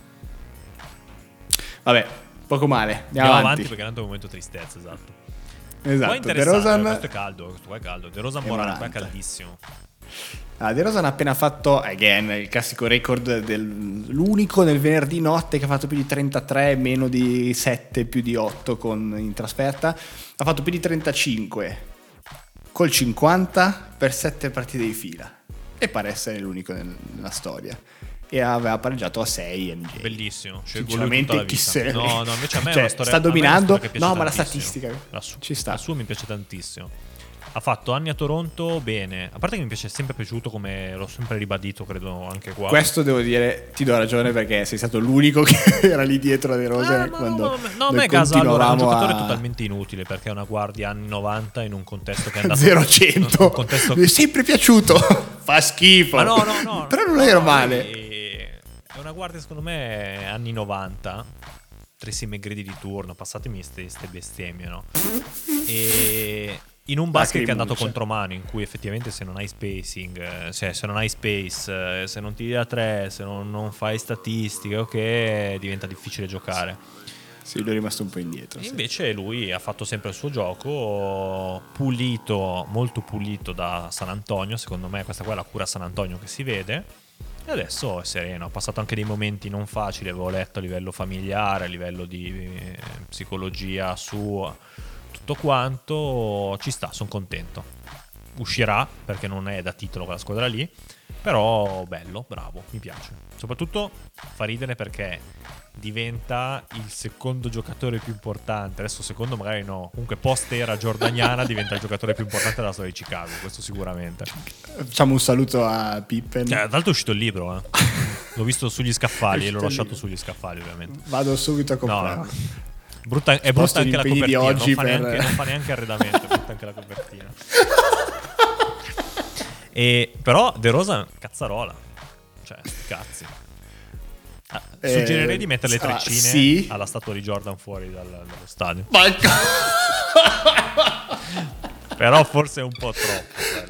Vabbè, poco male. Andiamo, Andiamo avanti, avanti. perché tanto è un momento tristezza, esatto. Esatto, Poi De interessante, Rozan... questo è caldo, questo qua è caldo. De Rozan È Moran qua è morante. caldissimo. Ah, De Rozan ha appena fatto, again, il classico record dell'unico nel venerdì notte che ha fatto più di trentatré, meno di sette, più di otto con, in trasferta. Ha fatto più di trentacinque col cinquanta per sette partite di fila. E pare essere l'unico nel- nella storia. E aveva pareggiato a sei M J. Bellissimo. Scelgo lui tutta Sinceramente, la chi vita. se ne No, no, invece a me è Cioè, una storia. sta a me è una dominando. storia che piace No, ma la tantissimo. statistica La, su- ci sta. la sua mi piace tantissimo. Ha fatto anni a Toronto bene. A parte che mi piace sempre piaciuto, come l'ho sempre ribadito, credo anche qua. Questo devo dire, ti do ragione perché sei stato l'unico che era lì dietro a De Rozan Ah, ma quando no, no, no, a noi me casa allora è un continuavamo giocatore a- totalmente inutile, perché è una guardia anni novanta in un contesto che è andato zero cento. un contesto Mi è sempre piaciuto. Fa schifo. Ma no, no, no. Però non no, ero no, male. È è una guardia, secondo me, anni novanta. Tracy McGrady di turno, passatemi queste bestemmie, no? E in un basket che è andato Lacrimuccia. contro mano, in cui effettivamente se non hai spacing, eh, cioè se non hai space, eh, se non tiri da tre, se non, non fai statistiche, ok, diventa difficile giocare. Sì, lui è rimasto un po' indietro. Sì. Invece lui ha fatto sempre il suo gioco, pulito, molto pulito da San Antonio. Secondo me questa qua è la cura San Antonio che si vede. E adesso è sereno. Ha passato anche dei momenti non facili, avevo letto, a livello familiare, a livello di eh, psicologia sua, tutto quanto. Ci sta, sono contento. Uscirà perché non è da titolo quella squadra lì. Però bello, bravo, mi piace. Soprattutto fa ridere perché diventa il secondo giocatore più importante. Adesso secondo magari no. Comunque post era giordaniana diventa il giocatore più importante della storia di Chicago. Questo sicuramente. Facciamo un saluto a Pippen. Cioè, tra l'altro è uscito il libro, eh. L'ho visto sugli scaffali e l'ho lasciato sugli scaffali, ovviamente. Vado subito a comprare. No, brutta, è brutta anche la copertina. Di oggi non, fa per... neanche, non fa neanche arredamento, è brutta anche la copertina. E, però De Rosa cazzarola. Cioè, cazzi. Ah, eh, suggerirei di mettere le treccine ah, sì? alla statua di Jordan fuori dal, dallo stadio. Però forse è un po' troppo bello.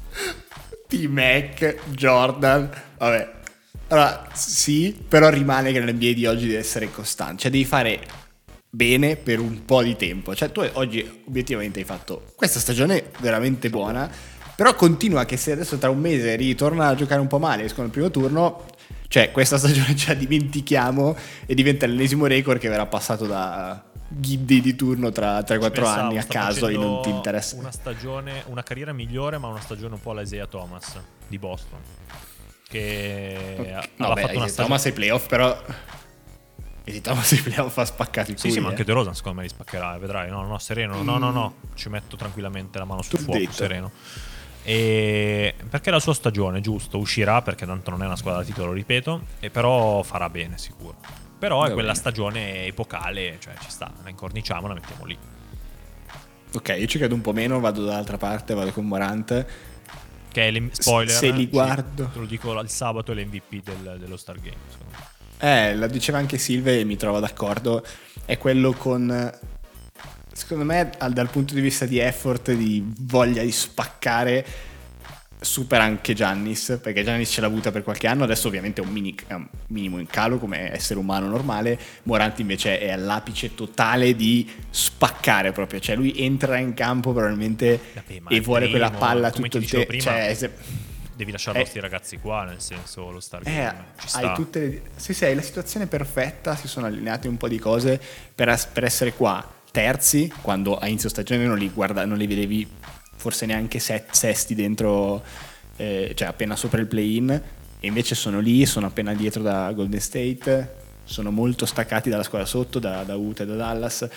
T-Mac, Jordan, vabbè. Allora, sì, però rimane che nell'N B A di oggi deve essere costante. Cioè devi fare bene per un po' di tempo. Cioè tu oggi obiettivamente hai fatto questa stagione veramente buona, però continua che se adesso tra un mese ritorna a giocare un po' male, escono al primo turno, cioè questa stagione ce la dimentichiamo e diventa l'ennesimo record che verrà passato da Giddy di turno tra tre quattro anni a caso e non ti interessa. Una stagione, una carriera migliore, ma una stagione un po' alla Isaiah Thomas di Boston, che okay. aveva no, fatto beh, una Isaiah stagione... Thomas ai playoff, però Isaiah Thomas ai playoff ha spaccato i sì culi, sì ma eh. anche De Rosa secondo me li spaccherà, vedrai. No no sereno, no no no ci metto tranquillamente la mano sul fuoco, detto. sereno. E perché è la sua stagione, giusto, uscirà perché tanto non è una squadra da titolo, ripeto, e però farà bene sicuro. Però è Va quella bene. stagione epocale, cioè ci sta, la incorniciamo, la mettiamo lì. Ok, io ci credo un po' meno, vado dall'altra parte, vado con Morant. Che è le, spoiler, se li sì, guardo, te lo dico, il sabato è l'M V P del, dello Star Game, secondo me. Eh, lo diceva anche Silve e mi trovo d'accordo. È quello con, secondo me, dal punto di vista di effort, di voglia di spaccare, supera anche Giannis, perché Giannis ce l'ha avuta per qualche anno, adesso ovviamente è un, mini, è un minimo in calo come essere umano normale. Morant invece è all'apice totale di spaccare proprio, cioè lui entra in campo probabilmente Vabbè, e vuole primo, quella palla come tutto ti il dicevo tempo, prima, cioè, se... devi lasciarlo a eh, sti ragazzi qua, nel senso lo Star eh, Game ci sta. hai tutte le... sì, sì, hai la situazione perfetta, si sono allineate un po' di cose per, per essere qua terzi, quando a inizio stagione non li, guarda, non li vedevi forse neanche set, sesti dentro, eh, cioè appena sopra il play-in, e invece sono lì, sono appena dietro da Golden State, sono molto staccati dalla squadra sotto, da, da Utah e da Dallas.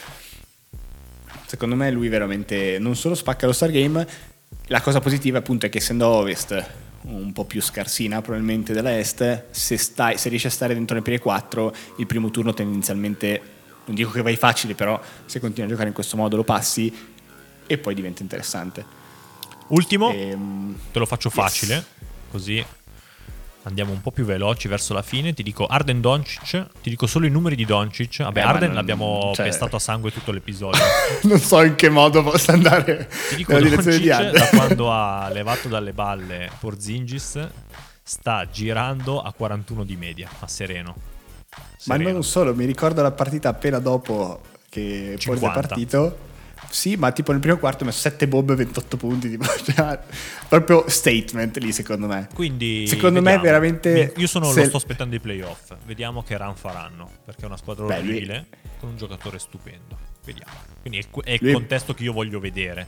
Secondo me lui veramente non solo spacca lo Star Game, la cosa positiva appunto è che essendo a Ovest un po' più scarsina probabilmente della Est, se, stai, se riesci a stare dentro le prime quattro, il primo turno tendenzialmente, non dico che vai facile, però se continui a giocare in questo modo lo passi e poi diventa interessante. Ultimo, ehm, te lo faccio facile, yes. Così andiamo un po' più veloci verso la fine. Ti dico Harden Doncic, ti dico solo i numeri di Doncic. Vabbè, eh, Harden non, l'abbiamo cioè... pestato a sangue tutto l'episodio. Non so in che modo possa andare ti dico nella direzione di Doncic, Harden. da quando ha levato dalle balle Porzingis, sta girando a quarantuno di media, a sereno. sereno. Ma non solo, mi ricordo la partita appena dopo che Porz è partito. Sì, ma tipo nel primo quarto ho messo sette bombe e ventotto punti, tipo, cioè, proprio statement lì secondo me. Quindi secondo vediamo. me veramente io sono, se... lo sto aspettando i playoff, vediamo che run faranno, perché è una squadra Beh, orribile lui... con un giocatore stupendo, vediamo. Quindi è, è il lui... contesto che io voglio vedere.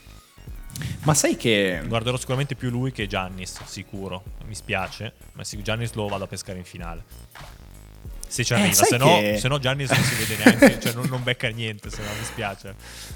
Ma sai che guarderò sicuramente più lui che Giannis, sicuro, mi spiace, ma sì, Giannis lo vado a pescare in finale se ci arriva, eh, se, che... no, se no Giannis non si vede neanche, cioè non, non becca niente, se no mi spiace.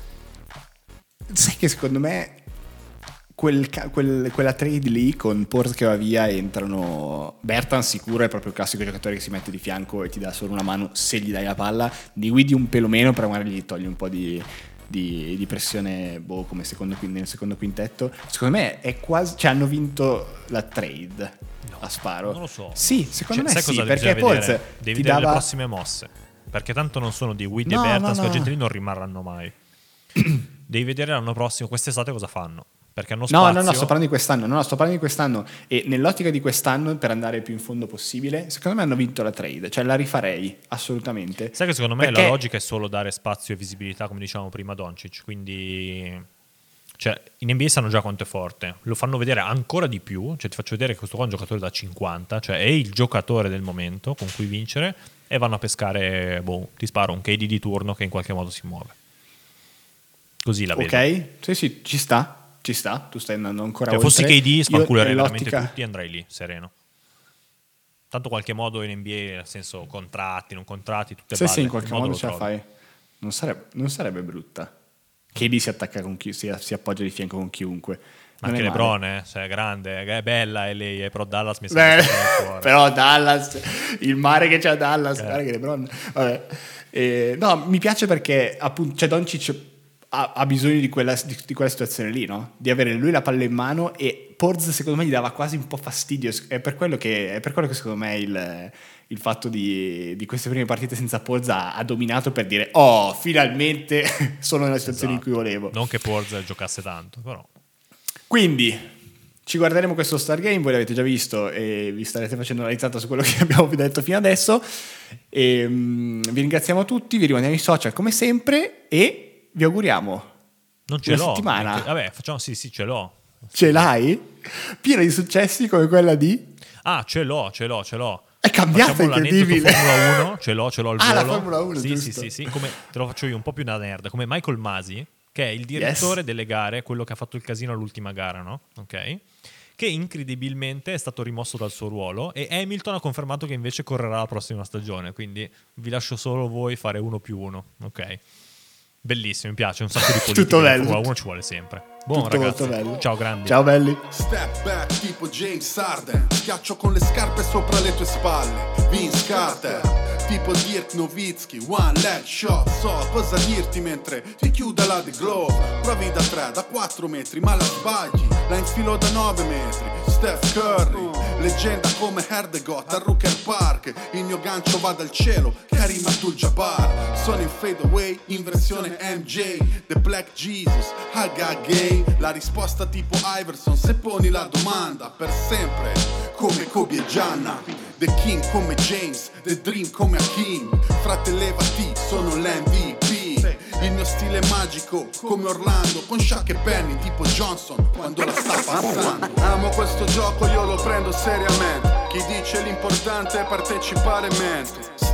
Sai che secondo me quel, quel, quella trade lì con Porz che va via entrano Bertan sicuro, è proprio il classico giocatore che si mette di fianco e ti dà solo una mano se gli dai la palla. Di Guidi un pelo meno, però magari gli togli un po' di, di, di pressione, boh, come secondo, nel secondo quintetto. Secondo me è quasi, cioè hanno vinto la trade no, a sparo. Non lo so. Sì, secondo cioè, me sai sì, cosa perché Porz devi ti vedere dava le prossime mosse, perché tanto non sono di Guidi no, e Bertans, no, no. quella gente lì non rimarranno mai. Devi vedere l'anno prossimo, quest'estate cosa fanno, perché hanno No, spazio. no, no, sto parlando di quest'anno, no, no, sto parlando di quest'anno e nell'ottica di quest'anno, per andare più in fondo possibile, secondo me hanno vinto la trade, cioè la rifarei assolutamente. Sai che secondo me Perché- la logica è solo dare spazio e visibilità, come dicevamo prima, a Doncic, quindi cioè, in N B A sanno già quanto è forte, lo fanno vedere ancora di più, cioè ti faccio vedere che questo qua è un giocatore da cinquanta, cioè è il giocatore del momento con cui vincere, e vanno a pescare, boh, ti sparo un K D di turno che in qualche modo si muove. Così la vedo. Ok, sì, sì, ci sta. Ci sta, tu stai andando ancora Se oltre. fossi K D sfanculerei Io, veramente nell'ottica- tutti e andrei lì, sereno. Tanto qualche modo in N B A, nel senso contratti, non contratti, tutte Se balle. sì, in qualche il modo lo ce la trovi. fai. Non sarebbe, non sarebbe brutta. K D si attacca con chi, si, si appoggia di fianco con chiunque. Ma Non anche è male. LeBron, eh, cioè, è grande, è bella e lei, eh, però Dallas mi sta Beh, mettendo nel cuore. però Dallas, il mare che c'ha Dallas, Eh. guarda che LeBron. Vabbè. Eh, no, mi piace perché appunto, cioè Doncic ha, ha bisogno di quella, di, di quella situazione lì, no? Di avere lui la palla in mano, e Porz secondo me gli dava quasi un po' fastidio. È per quello che, è per quello che secondo me il, il fatto di, di queste prime partite senza Porz ha, ha dominato, per dire oh, finalmente sono nella situazione Esatto. in cui volevo. Non che Porz giocasse tanto, però. Quindi ci guarderemo questo Star Game, voi l'avete già visto e vi starete facendo una risata su quello che abbiamo detto fino adesso. E, um, vi ringraziamo tutti, vi rimandiamo i social come sempre e vi auguriamo Non ce una l'ho. settimana. Anche- Vabbè, facciamo, sì, sì, ce l'ho. Ce l'hai? Piena di successi come quella di... Ah, ce l'ho, ce l'ho, ce l'ho. È cambiata, Facciamo l'aneddoto incredibile. Formula uno, ce l'ho, ce l'ho al Ah, la volo. Formula uno, sì, giusto. sì, sì, sì, come te lo faccio io un po' più da nerd, come Michael Masi, che è il direttore Yes. delle gare, quello che ha fatto il casino all'ultima gara, no? Ok? Che incredibilmente è stato rimosso dal suo ruolo, e Hamilton ha confermato che invece correrà la prossima stagione, quindi vi lascio solo voi fare uno più uno, ok? Bellissimo, mi piace, un sacco di politica. Tutto bello, La Formula tutto- uno ci vuole sempre. Buon Tutto ragazzi, molto bello. ciao grandi. Ciao belli. Step back tipo James Harden, schiaccio con le scarpe sopra le tue spalle. Vince Carter, tipo Dirk Nowitzki, one leg shot. So cosa dirti mentre ti chiude la The Glove. Provi da tre, da quattro metri, ma la sbagli. La infilo da nove metri. Steph Curry, leggenda come Herdegot a Rooker Park. Il mio gancio va dal cielo, Karim Abdul-Jabbar. Sono in fadeaway, in versione M J, The Black Jesus, Haga Gay. La risposta tipo Iverson, se poni la domanda. Per sempre, come Kobe e Gianna. The King come James, The Dream come Hakim. Frate levati, sono l'M V P. Il mio stile è magico come Orlando, con Shaq e Penny tipo Johnson quando la sta passando. Amo questo gioco, io lo prendo seriamente. Chi dice l'importante è partecipare mente.